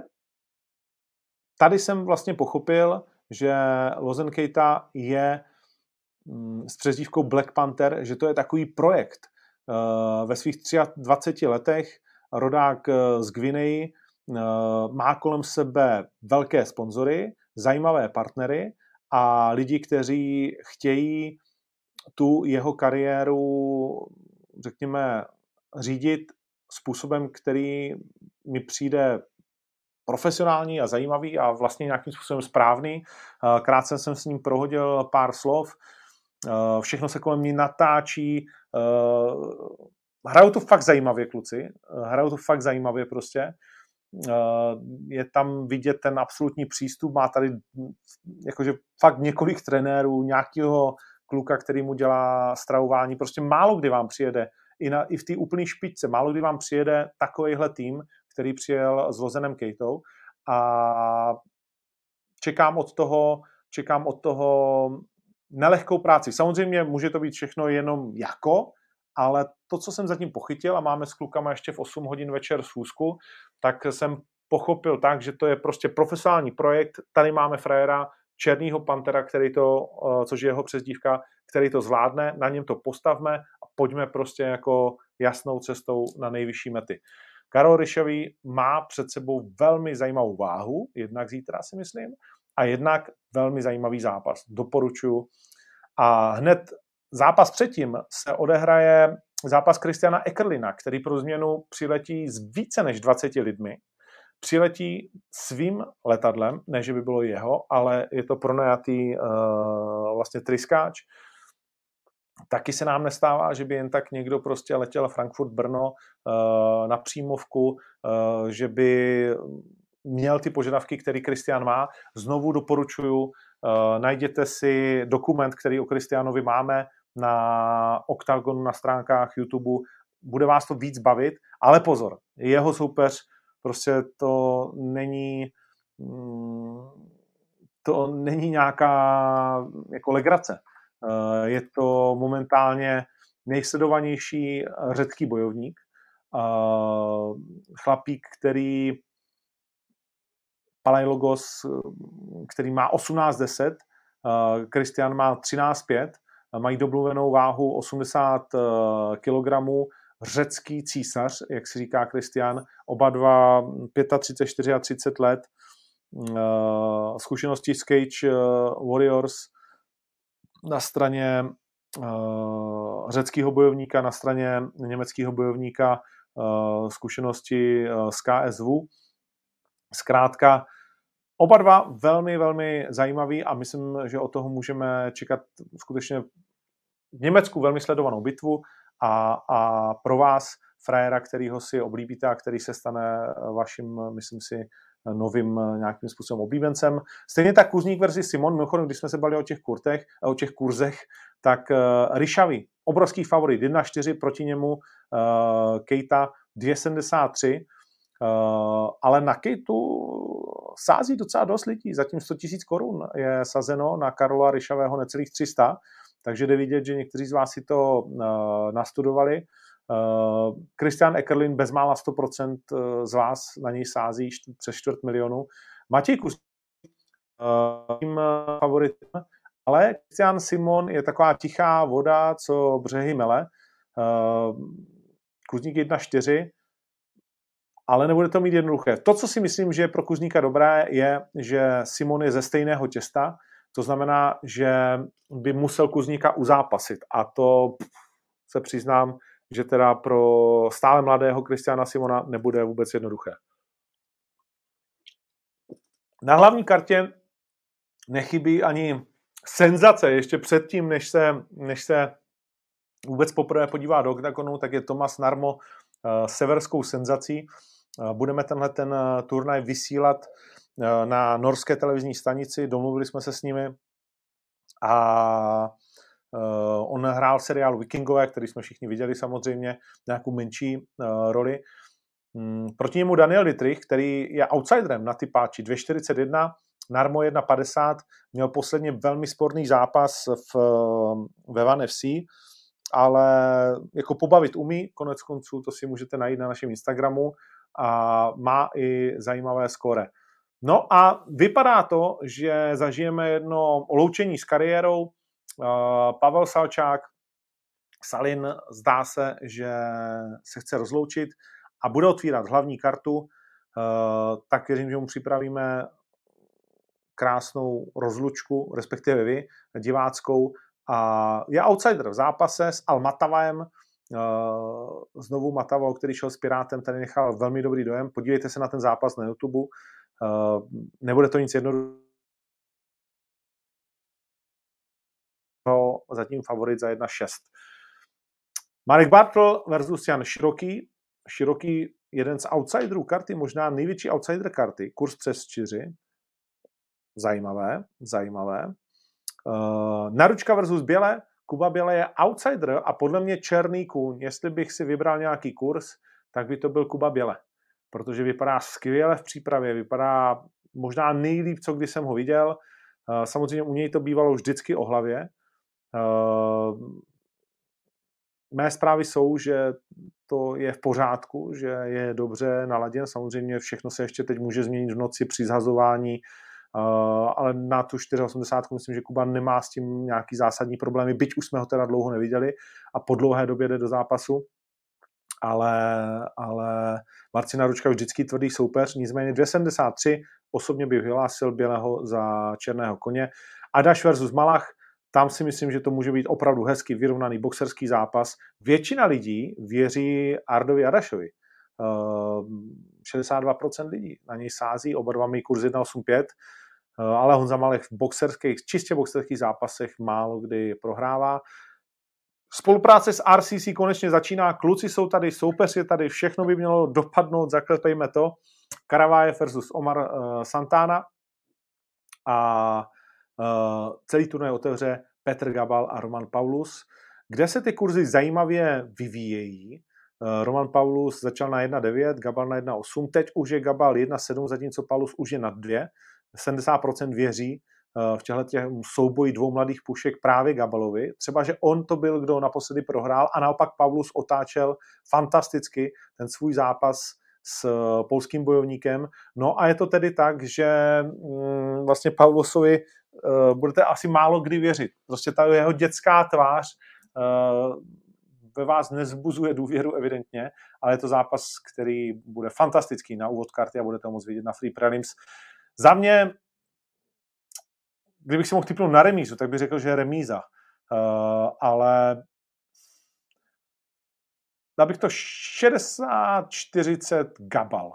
tady jsem vlastně pochopil, že Lozen Keita je s přezdívkou Black Panther, že to je takový projekt. Ve svých 23 letech rodák z Gvineji má kolem sebe velké sponzory, zajímavé partnery a lidi, kteří chtějí tu jeho kariéru, řekněme, řídit způsobem, který mi přijde profesionální a zajímavý a vlastně nějakým způsobem správný. Krátce jsem s ním prohodil pár slov, všechno se kolem ní natáčí, hrajou to fakt zajímavě kluci, hrajou to fakt zajímavě prostě. Je tam vidět ten absolutní přístup, má tady jakože fakt několik trenérů, nějakého kluka, který mu dělá stravování, prostě málo kdy vám přijede, i v té úplné špičce, málo kdy vám přijede takovejhle tým, který přijel s Lozenem Keitou a čekám od toho nelehkou práci. Samozřejmě může to být všechno jenom ale to, co jsem zatím pochytil a máme s klukama ještě v 8 hodin večer schůzku, tak jsem pochopil tak, že to je prostě profesionální projekt. Tady máme frajera Černýho Pantera, což je jeho přezdívka, který to zvládne, na něm to postavme a pojďme prostě jako jasnou cestou na nejvyšší mety. Karol Ryšavý má před sebou velmi zajímavou váhu, jednak zítra si myslím, a jednak velmi zajímavý zápas. Doporučuji. A hned zápas předtím se odehraje zápas Christiana Eckerlina, který pro změnu přiletí s více než 20 lidmi. Přiletí svým letadlem, ne, že by bylo jeho, ale je to pronajatý vlastně tryskáč. Taky se nám nestává, že by jen tak někdo prostě letěl Frankfurt-Brno na přímovku, že by měl ty požadavky, který Christian má. Znovu doporučuju, najděte si dokument, který o Christianovi máme na Octagonu, na stránkách YouTube. Bude vás to víc bavit, ale pozor, jeho soupeř prostě to není nějaká jako legrace. Je to momentálně nejsledovanější řecký bojovník. Chlapík, Palaiologos, který má 18-10, Christian má 13-5, mají domluvenou váhu 80 kg, řecký císař, jak si říká Christian, oba dva 35, 34 let, zkušenosti z Cage Warriors na straně řeckého bojovníka, na straně německého bojovníka, zkušenosti z KSV. Zkrátka, oba dva velmi, velmi zajímavý a myslím, že od toho můžeme čekat skutečně v Německu velmi sledovanou bitvu a pro vás frajera, kterýho si oblíbíte a který se stane vaším, myslím si, novým nějakým způsobem oblíbencem. Stejně tak Kuzník versus Simon, mimochodem, když jsme se bavili o těch kurzech, tak Ryšavý, obrovský favorit, 1,4 proti němu, Keita 2,73, ale na Keitu sází docela dost lidí, zatím 100 000 korun je sazeno, na Karola Ryšavého necelých 300, takže jde vidět, že někteří z vás si to nastudovali. Christian Eckerlin bezmála 100% z vás na něj sází přes 250 000. Matěj Kuzník tím favoritem, ale Christian Simon je taková tichá voda, co břehy mele. Kuzník 1,4, ale nebude to mít jednoduché. To, co si myslím, že je pro Kuzníka dobré, je, že Simon je ze stejného těsta, to znamená, že by musel Kuzníka uzápasit a to se přiznám, že teda pro stále mladého Christiana Simona nebude vůbec jednoduché. Na hlavní kartě nechybí ani senzace. Ještě předtím, než se vůbec poprvé podívá do oktagonu, tak je Tomas Narmo severskou senzací. Budeme ten turnaj vysílat na norské televizní stanici, domluvili jsme se s nimi. A on hrál v seriálu Vikingové, který jsme všichni viděli samozřejmě, nějakou menší roli. Proti němu Daniel Dietrich, který je outsiderem na typáči 2,41, Narmo 1,50, měl posledně velmi sporný zápas ve One FC, ale jako pobavit umí, konec konců to si můžete najít na našem Instagramu a má i zajímavé skóre. No a vypadá to, že zažijeme jedno loučení s kariérou. Pavel Salčák, Salin, zdá se, že se chce rozloučit a bude otvírat hlavní kartu, tak věřím, že mu připravíme krásnou rozlučku, respektive vy, diváckou. A je outsider v zápase s Al Matavajem, znovu Matava, který šel s Pirátem, tady nechal velmi dobrý dojem. Podívejte se na ten zápas na YouTube. Nebude to nic jednoduchého. Zatím favorit za 1,6. Marek Bartl versus Jan Široký. Široký, jeden z outsiderů karty, možná největší outsider karty, kurz přes 4. Zajímavé. Naručka versus Běle. Kuba Běle je outsider a podle mě černý kůň. Jestli bych si vybral nějaký kurz, tak by to byl Kuba Běle. Protože vypadá skvěle v přípravě, vypadá možná nejlíp, co kdy jsem ho viděl. Samozřejmě u něj to bývalo vždycky o hlavě. Mé zprávy jsou, že to je v pořádku, že je dobře naladěn. Samozřejmě všechno se ještě teď může změnit v noci při zhazování, ale na tu 4,80 myslím, že Kuba nemá s tím nějaký zásadní problémy, byť už jsme ho teda dlouho neviděli a po dlouhé době jde do zápasu. Ale Marcin Naručka vždycky tvrdý soupeř, nicméně 2,73 osobně bych vyhlásil Běleho za černého koně. Adaš versus Malach, tam si myslím, že to může být opravdu hezký, vyrovnaný boxerský zápas. Většina lidí věří Ardovi Adašovi. 62% lidí na něj sází, oba dva mají kurz 1,85, ale Honza Malech v čistě boxerských zápasech málo kdy prohrává. Spolupráce s RCC konečně začíná, kluci jsou tady, soupeř je tady, všechno by mělo dopadnout, zaklepejme to. Karavajev versus Omar Santana a celý turnaj otevře Petr Gabal a Roman Paulus, kde se ty kurzy zajímavě vyvíjejí. Roman Paulus začal na 1,9, Gabal na 1,8, teď už je Gabal 1,7, zatímco Paulus už je na 2. 70% věří v těchto souboji dvou mladých pušek právě Gabalovi. Třeba, že on to byl, kdo naposledy prohrál a naopak Paulus otáčel fantasticky ten svůj zápas s polským bojovníkem. No a je to tedy tak, že vlastně Paulusovi budete asi málo kdy věřit. Prostě ta jeho dětská tvář ve vás nezbuzuje důvěru evidentně, ale je to zápas, který bude fantastický na úvod karty a budete ho moct vidět na Free Prelims. Za mě, kdybych si mohl tipnout na remízu, tak bych řekl, že je remíza. Ale dal bych to 60-40 Gabal.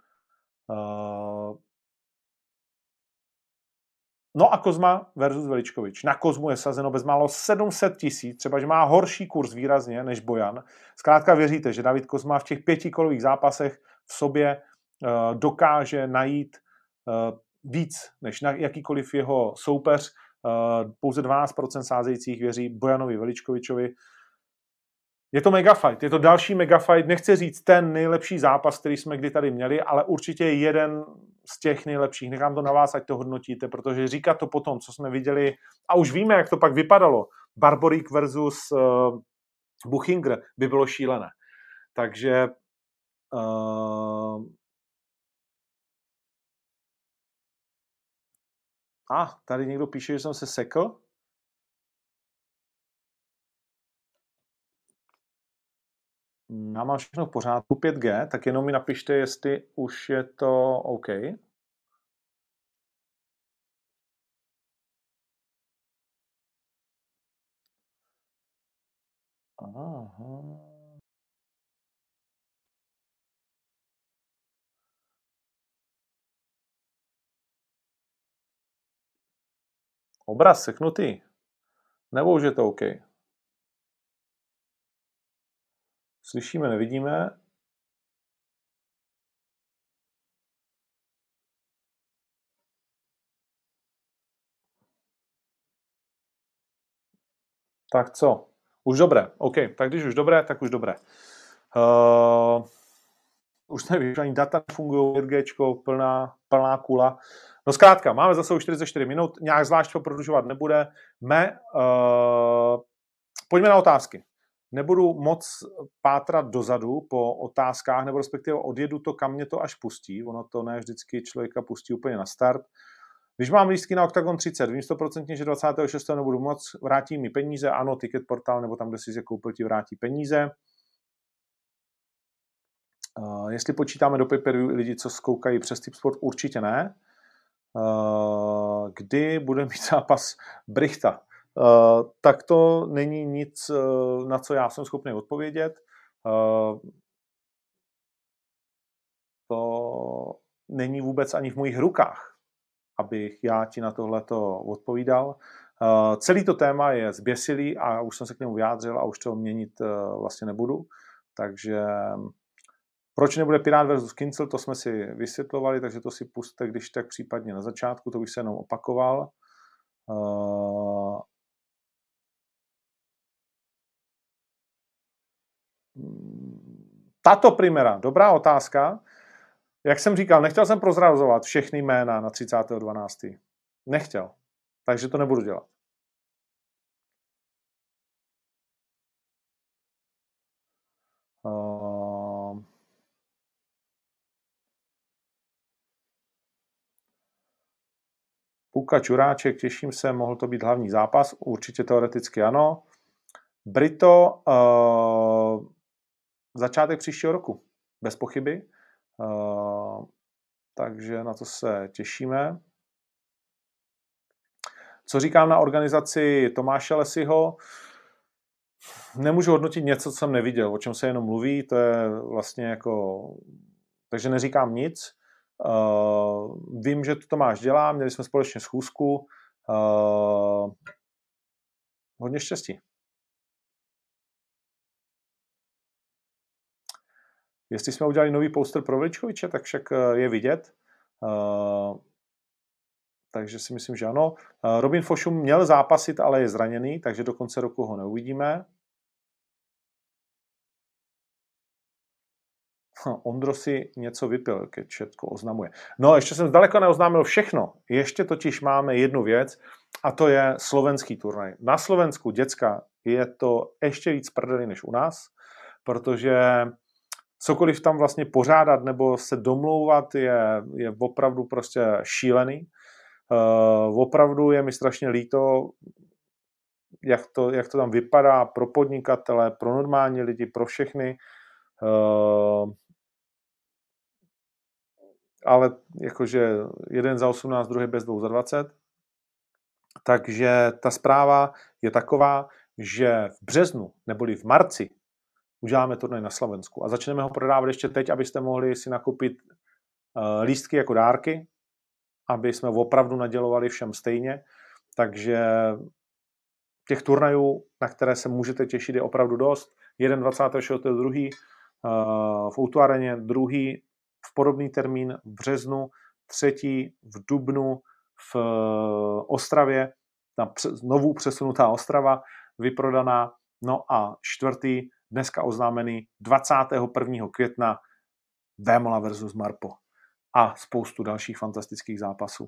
No a Kozma versus Veličkovič. Na Kozmu je sazeno bezmálo 700 000, třeba, že má horší kurz výrazně než Bojan. Zkrátka věříte, že David Kozma v těch 5kolových zápasech v sobě dokáže najít víc než jakýkoliv jeho soupeř. Pouze 12% sázejících věří Bojanovi Veličkovičovi. Je to megafight, je to další megafight, nechci říct ten nejlepší zápas, který jsme kdy tady měli, ale určitě jeden z těch nejlepších. Nechám to na vás, ať to hodnotíte, protože říkat to potom, co jsme viděli, a už víme, jak to pak vypadalo, Barborík versus Buchinger by bylo šílené. Takže tady někdo píše, že jsem se sekl. Já mám všechno v pořádku, 5G, tak jenom mi napište, jestli už je to OK. Aha. Obraz seknutý. Nebo už je to OK? Slyšíme, nevidíme. Tak co? Už dobré. OK, tak když už dobré, tak už dobré. Už nevím, ani data nefungují, 4G, plná kula. No zkrátka, máme zase už 44 minut, nějak zvlášť to prodlužovat nebudeme. Pojďme na otázky. Nebudu moc pátrat dozadu po otázkách, nebo respektive odjedu to, kam mě to až pustí. Ono to ne vždycky člověka pustí úplně na start. Když mám lístky na Octagon 30, vím 100%, že 26. nebudu moc, vrátí mi peníze, ano, Ticket Portal, nebo tam, kde si je koupil, ti vrátí peníze. Jestli počítáme do pay-per-view lidi, co zkoukají přes Tipsport, určitě ne. Kdy bude mít zápas Brichta? Tak to není nic, na co já jsem schopný odpovědět. To není vůbec ani v mojich rukách, abych já ti na tohleto odpovídal. Celý to téma je zběsilý a už jsem se k němu vyjádřil a už to měnit vlastně nebudu. Takže proč nebude Pirát versus Kincel, to jsme si vysvětlovali, takže to si pusťte, když tak případně na začátku, to bych se jenom opakoval. Tato primera, dobrá otázka. Jak jsem říkal, nechtěl jsem prozrazovat všechny jména na 30.12. Nechtěl, takže to nebudu dělat. Puka Čuráček, těším se, mohl to být hlavní zápas, určitě teoreticky ano. Brito, začátek příštího roku, bez pochyby. Takže na to se těšíme. Co říkám na organizaci Tomáše Lesiho? Nemůžu hodnotit něco, co jsem neviděl, o čem se jenom mluví, to je vlastně jako... Takže neříkám nic. Vím, že to Tomáš dělá, měli jsme společně schůzku. Hodně štěstí. Jestli jsme udělali nový poster pro Veličkoviče, tak však je vidět. Takže si myslím, že ano. Robin Fošum měl zápasit, ale je zraněný, takže do konce roku ho neuvidíme. Ondro si něco vypil, Kečetko oznamuje. No, ještě jsem zdaleka neoznámil všechno. Ještě totiž máme jednu věc a to je slovenský turnaj. Na Slovensku, děcka, je to ještě víc prdeli než u nás, protože cokoliv tam vlastně pořádat nebo se domlouvat je opravdu prostě šílený. Opravdu je mi strašně líto, jak to tam vypadá pro podnikatele, pro normální lidi, pro všechny. Ale jakože jeden za 18, druhý bez 2 za 20. Takže ta zpráva je taková, že v březnu neboli v marci uděláme turnaj na Slovensku a začneme ho prodávat ještě teď, abyste mohli si nakoupit lístky jako dárky, aby jsme opravdu nadělovali všem stejně. Takže těch turnajů, na které se můžete těšit, je opravdu dost. Jeden 26.2. v O2 areně, druhý v podobný termín v březnu, třetí v dubnu v Ostravě, tam znovu přesunutá Ostrava, vyprodaná, no a čtvrtý, dneska oznámený 21. května Vémola versus Marpo a spoustu dalších fantastických zápasů.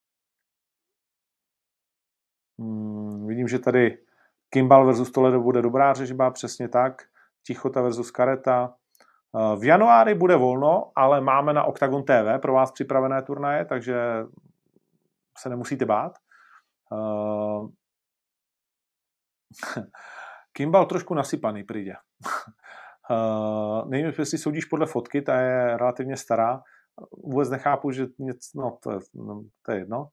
Vidím, že tady Kimball versus Toledo bude dobrá řežba, přesně tak. Tichota versus Kareta. V januári bude volno, ale máme na Octagon TV pro vás připravené turnaje, takže se nemusíte bát. Kimball trošku nasypaný přijde. Nevím, jestli soudíš podle fotky, ta je relativně stará. Vůbec nechápu, že něco, no to je jedno.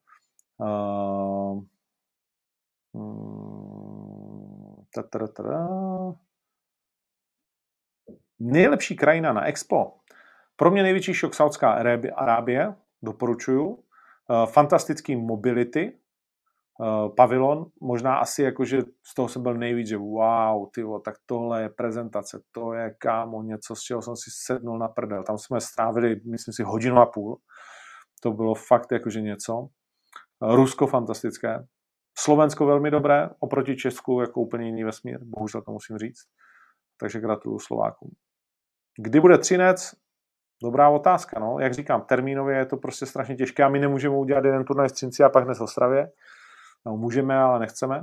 Nejlepší krajina na Expo. Pro mě největší šok Saudská Arábie, doporučuju. Fantastický mobility, pavilon, možná asi jakože z toho jsem byl nejvíc, že wow, tyjo, tak tohle je prezentace, to je kámo něco, z čeho jsem si sednul na prdel. Tam jsme strávili, myslím si, 1,5 hodiny. To bylo fakt jakože něco. Rusko fantastické. Slovensko velmi dobré, oproti Česku jako úplně jiný vesmír, bohužel to musím říct. Takže gratuluju Slovákům. Kdy bude Třinec? Dobrá otázka, no. Jak říkám, termínově je to prostě strašně těžké a my nemůžeme udělat jeden turnaj v Třinci a pak hned v Ostravě. No, můžeme, ale nechceme.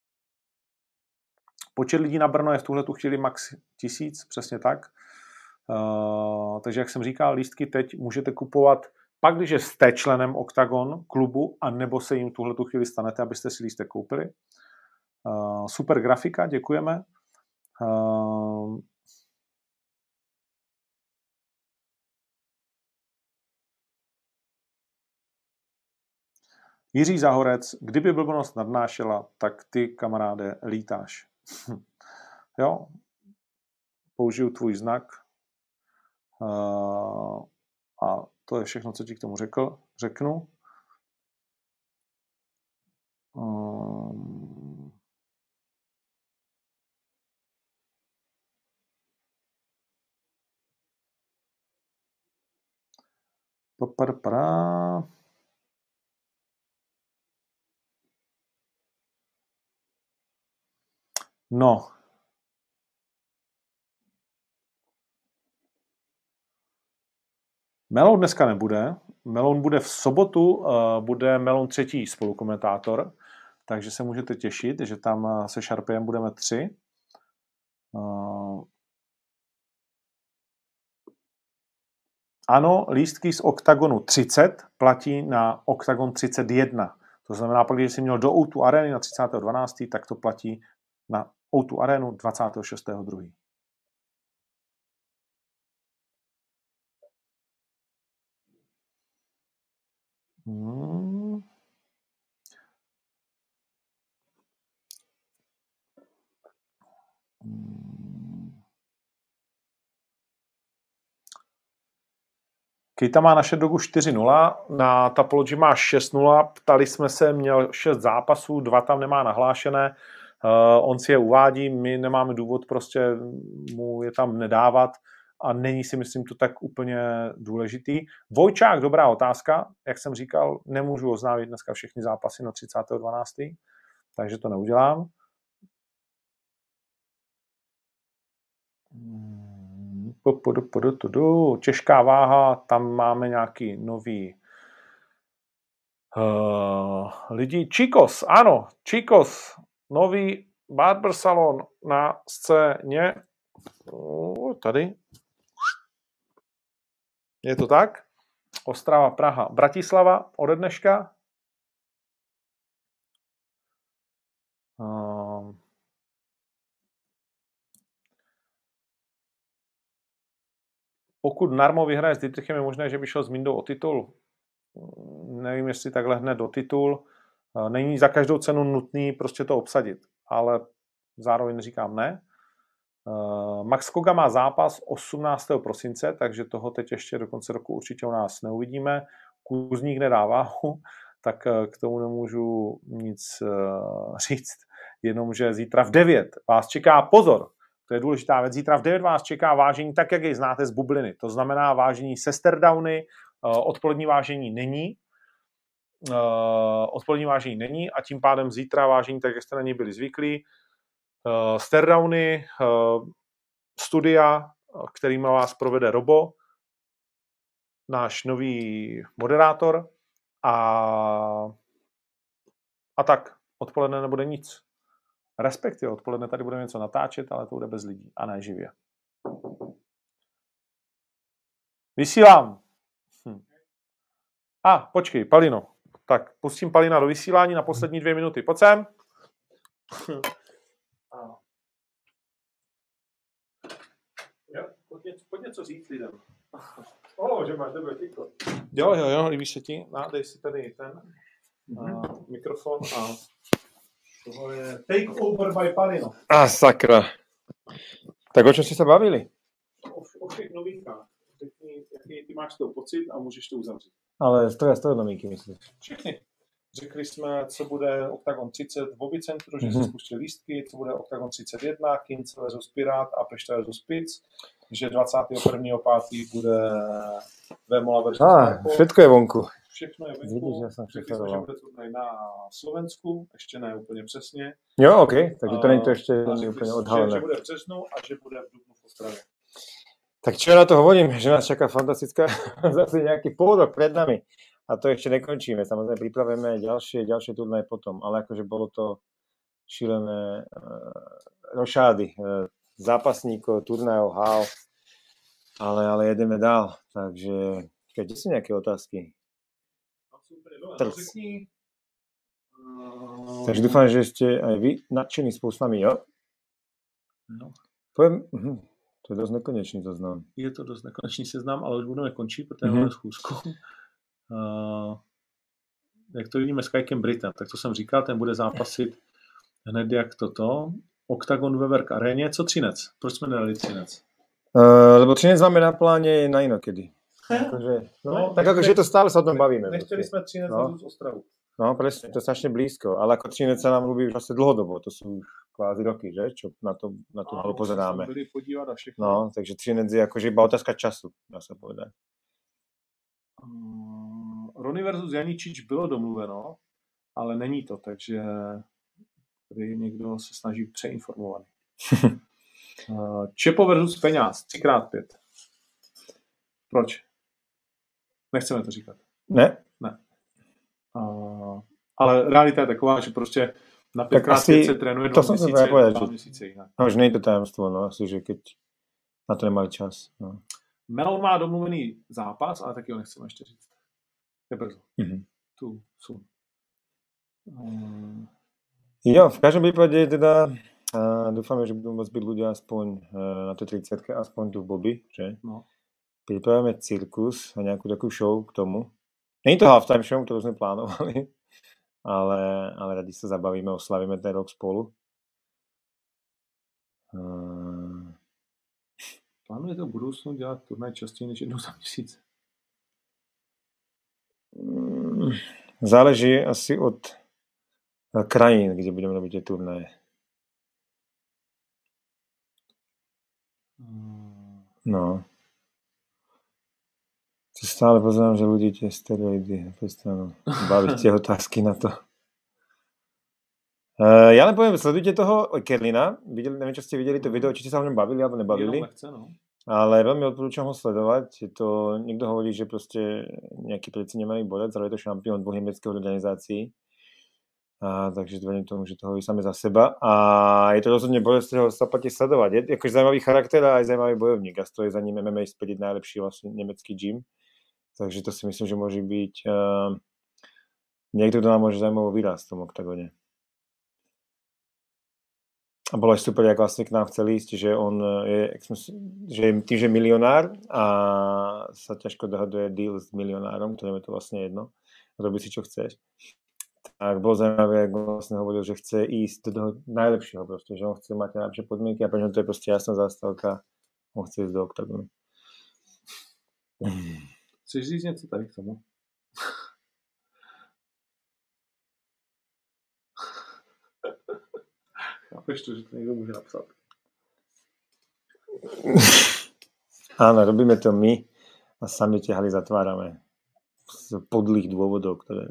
Počet lidí na Brno je v tuhletu chvíli max 1000, přesně tak. Takže jak jsem říkal, lístky teď můžete kupovat pak, když jste členem Octagon klubu, anebo se jim v tuhletu chvíli stanete, abyste si lístek koupili. Super grafika, děkujeme. Jiří Zahorec, kdyby blbost nadnášela, tak ty, kamaráde, lítáš. Jo, použiju tvůj znak a to je všechno, co ti k tomu řeknu. No. Melon dneska nebude. Melon bude v sobotu, bude Melon třetí spolukomentátor, takže se můžete těšit, že tam se Sharpiem budeme 3. Ano, lístky z Octagonu 30 platí na Octagon 31. To znamená, pak, když jsi měl do O2 Areny na 30.12., tak to platí na O2 Arenu 26.2. Kejta má na Shadowu 4-0, na Tapology má 6-0, ptali jsme se, měl 6 zápasů, 2 tam nemá nahlášené, on si je uvádí, my nemáme důvod prostě mu je tam nedávat a není si myslím to tak úplně důležitý. Vojčák, dobrá otázka, jak jsem říkal, nemůžu oznámit dneska všechny zápasy na 30.12., takže to neudělám. Těžká váha, tam máme nějaký nový lidi. Chicos, ano, Chicos, nový barber salon na scéně. Tady. Je to tak? Ostrava, Praha, Bratislava ode dneška. Pokud Narmo vyhraje s Dietrichem, je možné, že by šel s Mindou o titul. Nevím, jestli takhle hned do titul. Není za každou cenu nutný prostě to obsadit, ale zároveň říkám ne. Max Koga má zápas 18. prosince, takže toho teď ještě do konce roku určitě u nás neuvidíme. Kuzník nedá váhu, tak k tomu nemůžu nic říct. Jenomže zítra v 9 vás čeká pozor. To je důležitá věc. Zítra v 9 vás čeká vážení tak, jak jej znáte z bubliny. To znamená vážení se sterdowny, odpolední vážení není. Odpolední vážení není a tím pádem zítra vážení tak, jak jste na něj byli zvyklí. Sterdowny, studia, kterýma vás provede Robo, náš nový moderátor a tak. Odpoledne nebude nic. Respektive odpoledne tady budeme něco natáčet, ale to bude bez lidí a ne živě. Vysílám. Počkej, Palino. Tak, pustím Palina do vysílání na poslední 2 minuty. Pojď sem. Pojď něco říct lidem. Že máš dobré tiko. Jo, líbí se ti. Dej si tady ten mikrofon a tohle je Take Over by Palino. Sakra. Tak o čem jste se bavili? O všech novinkách. Jaký ty máš toho pocit a můžeš to uzavřít. Ale z toho novinky myslíš? Všechny. Řekli jsme, co bude Octagon 30 v Bobicentru, že se spustí lístky, co bude Octagon 31, Kinc vs. Pirát a Pešta vs. Spic, že 21.5. bude Vemola vs. Všetko je vonku. všechno je Vidíš, venku. já jsem Řekli jsme, že přeferoval. bude turnaj na Slovensku, ještě ne úplně přesně. Jo, OK, takže to není to ještě A není řekli úplně jsme, odhalené. že bude v březnu a že bude v dubnu v Ostravě. Tak čo na to hovorím, že nás čaká fantastická zase nejaký pôrok pred nami. A to ešte nekončíme. Samozrejme pripravíme ďalšie turnaje potom. Ale akože bolo to šílené rošády zápasníkov, turnajov, hál. Ale jedeme dál. Takže kde sú nejaké otázky? Trc. Takže dúfam, že ste aj vy nadšení spolu s nami, jo? No. Poviem, to je dosť nekonečný zoznam. Je to dost nekonečný seznam, ale už budeme končit, protože máme schůzku. Jak to vidíme s Kajkem Britem, tak to jsem říkal, ten bude zápasit hned jak toto. Octagon ve Verk aréně. Co Třinec? Proč jsme nedali Třinec? Lebo Třinec máme na pláne na inokedy. Tak akože to stále sa o tom bavíme. Nechtěli jsme Třinec No. z Ostravu. No presne, to je strašne blízko, ale ako Třinec sa nám ľúbi už asi dlhodobo, to sú už kvázi roky, že? Čo na tú halu pozeráme. Byli podívat a všechno. No, takže Třinec je akože iba otázka času, dá sa povedať. Rony versus Janičič bylo domluveno, ale není to, takže tady někdo se snaží přeinformovat. Čepo versus Peňáz, 3x5. Proč? Nechceme to říkat. Ne? Ale realita je taková, že prostě na 5x5 se trénuje to som sa povedať, 2 že měsíce jinak. no, už nie je to tajemstvo, no, asi, že keď na to nemali čas. No. Melon má domluvený zápas, ale taky ho nechceme ještě říct. Je brzo. Tu sú. Jo, v každom prípade teda dúfame, že budú môcť byť ľudia aspoň na tej 30 aspoň tu v Bobby, že? No. Pripravíme cirkus a nejakú takú show k tomu. Není to halftime show, ktorú sme plánovali, ale radi sa zabavíme, oslavíme ten rok spolu. Plánujete v budoucnu dělat turnaj častěji než jednou za měsíc? Záleží asi od krajín, kde budeme robiť tie turnaje. No. Stále pozerám, že ľudí tie steroidy prestanú baviť tie otázky na to. Ja len poviem, sledujte toho Kerlina. Neviem, čo ste videli to video, či ste sa o ňom bavili alebo nebavili. Lehce, no. Ale veľmi odporúčam ho sledovať. Je to, niekto hovorí, že proste nejaký precenený bodec, ale je to šampión 2 nemeckých organizácií. Takže dôvodím tomu, že to hovorí same za seba. A je to rozhodne bodec, ktorého sa platí sledovať. Je akože zaujímavý charakter a aj zaujímavý bojovník. A stojí za ním MMA Spirit, najlepší vlastne nemecký gym. Takže to si myslím, že môže byť niekto, kto nám môže zaujímavo vyrásť v tom oktagone. A bolo aj super, jak vlastne k nám chcel ísť, že on je, že tým, že milionár a sa ťažko dohaduje deal s milionárom, ktorému je to vlastne jedno, robí si čo chceš. Tak bolo zaujímavé, jak vlastne hovoril, že chce ísť do toho najlepšieho proste, že on chce mať najlepšie podmienky a pretože to je proste jasná zástavka, on chce ísť do oktagonu. Chceš říct něco tady k tomu? Chápeš to, že to někdo může napsat? Áno, robíme to my a sami ťahali zatvárame z podlých dôvodov, ktoré...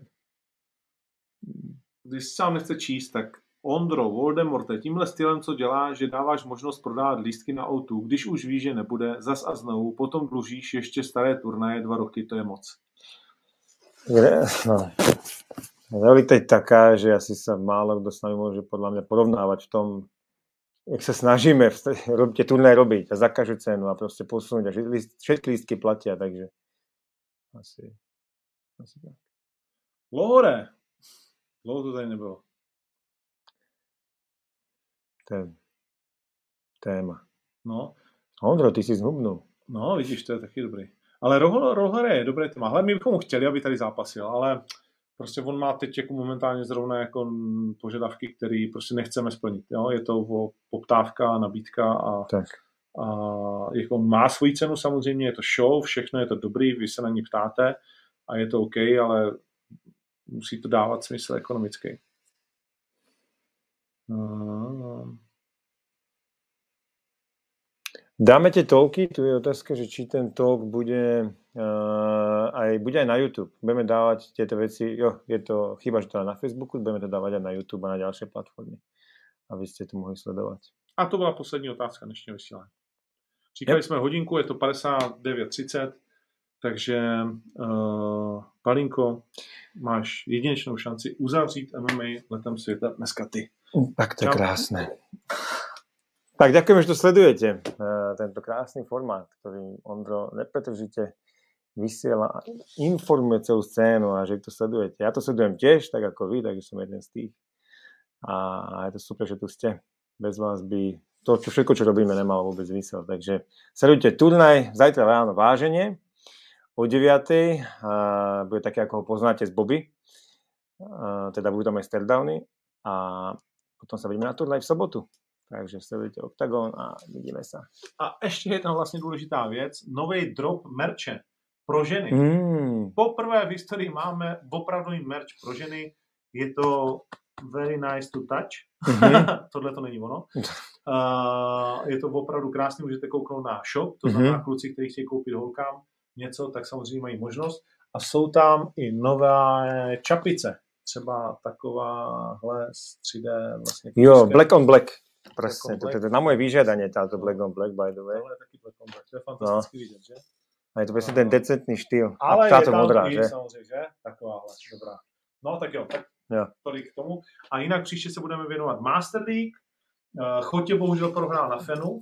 Když sám nechce číst, tak Ondro, Voldemorte, tímhle stylem, co dělá, že dáváš možnost prodávat lístky na O2, když už víš, že nebude, zas a znovu, potom dlužíš ještě staré turnaje 2 roky, to je moc. No. Realita je taká, že asi sa málo kto s nami môže podľa mňa porovnávať v tom, jak sa snažíme tie turnaje robiť a za každú cenu a proste posunúť a všetky lístky platia, takže asi tak. Lohore! Dlouho to tady nebylo. To je téma. No. Ondro, ty si zhubnul. No, vidíš, to je taky dobrý. Ale Rohlare je dobré téma. Ale my bychom chtěli, aby tady zápasil, ale prostě on má teď jako momentálně zrovna jako požadavky, které prostě nechceme splnit. Jo? Je to poptávka, nabídka a jako on má svoji cenu samozřejmě, je to show, všechno je to dobrý, vy se na ní ptáte a je to OK, ale musí to dávat smysl ekonomický. Dáme tie talky, tu je otázka, že či ten talk bude aj na YouTube. Budeme dávať tieto veci, je to chyba, že to je na Facebooku, budeme to dávať aj na YouTube a na ďalšie platformy, aby ste to mohli sledovať. A to byla poslední otázka dnešního vysílání. Říkali jsme hodinku, je to 59:30, takže Palinko, máš jedinečnou šanci uzavřít MMA letem světa dneska ty. Tak to je krásne. Tak ďakujem, že to sledujete. Tento krásny formát, ktorý Ondro nepretržite vysiela a informuje celú scénu a že to sledujete. Ja to sledujem tiež, tak ako vy, takže som jeden z tých. A je to super, že tu ste. Bez vás by to všetko, čo robíme, nemalo vôbec zmysel. Takže sledujte turnaj, zajtra ráno váženie o 9:00. Bude také, ako ho poznáte z Bobby. Teda budú tam aj stairdowny a potom sa vidíme na turnaj v sobotu. Takže sledujte Octagon a vidíme sa. A ještě jedna vlastně důležitá věc. Nový drop merče pro ženy. Poprvé v historii máme opravdový merch pro ženy. Je to very nice to touch. Tohle to není ono. Je to opravdu krásný, můžete kouknout na shop, to znamená kluci, kteří chtějí koupit holkám něco, tak samozřejmě mají možnost. A jsou tam i nové čapice. Třeba takováhle z 3D vlastně. Jo, Black on Black. Presne, to je na moje vyžiadanie táto Black on Black, by the way. Tohle je taky Black on Black, to je fantasticky vidět, že? A je to presne ten decentný štýl. Ale a táto je tam modrá, i, že? samozřejmě, že? Takováhle, dobrá. No tak jo, tak tolik k tomu. A jinak příště se budeme věnovat Master League. Chotě bohužel prohrál na Fenu.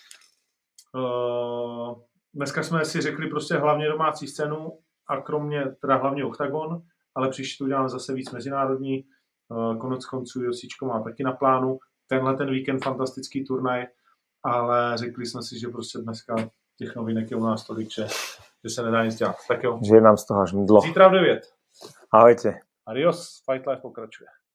Dneska jsme si řekli prostě hlavně domácí scénu a kromě, teda hlavně Octagon, ale příště to uděláme zase víc mezinárodní. Konec konců Josičko má taky na plánu. Tenhle ten víkend fantastický turnaj, ale řekli jsme si, že prostě dneska těch novinek je u nás tolik, že se nedá nic dělat. Tak jo. Že je nám z toho až mdlo. Zítra v 9. Ahojte. Adios, Fight Life pokračuje.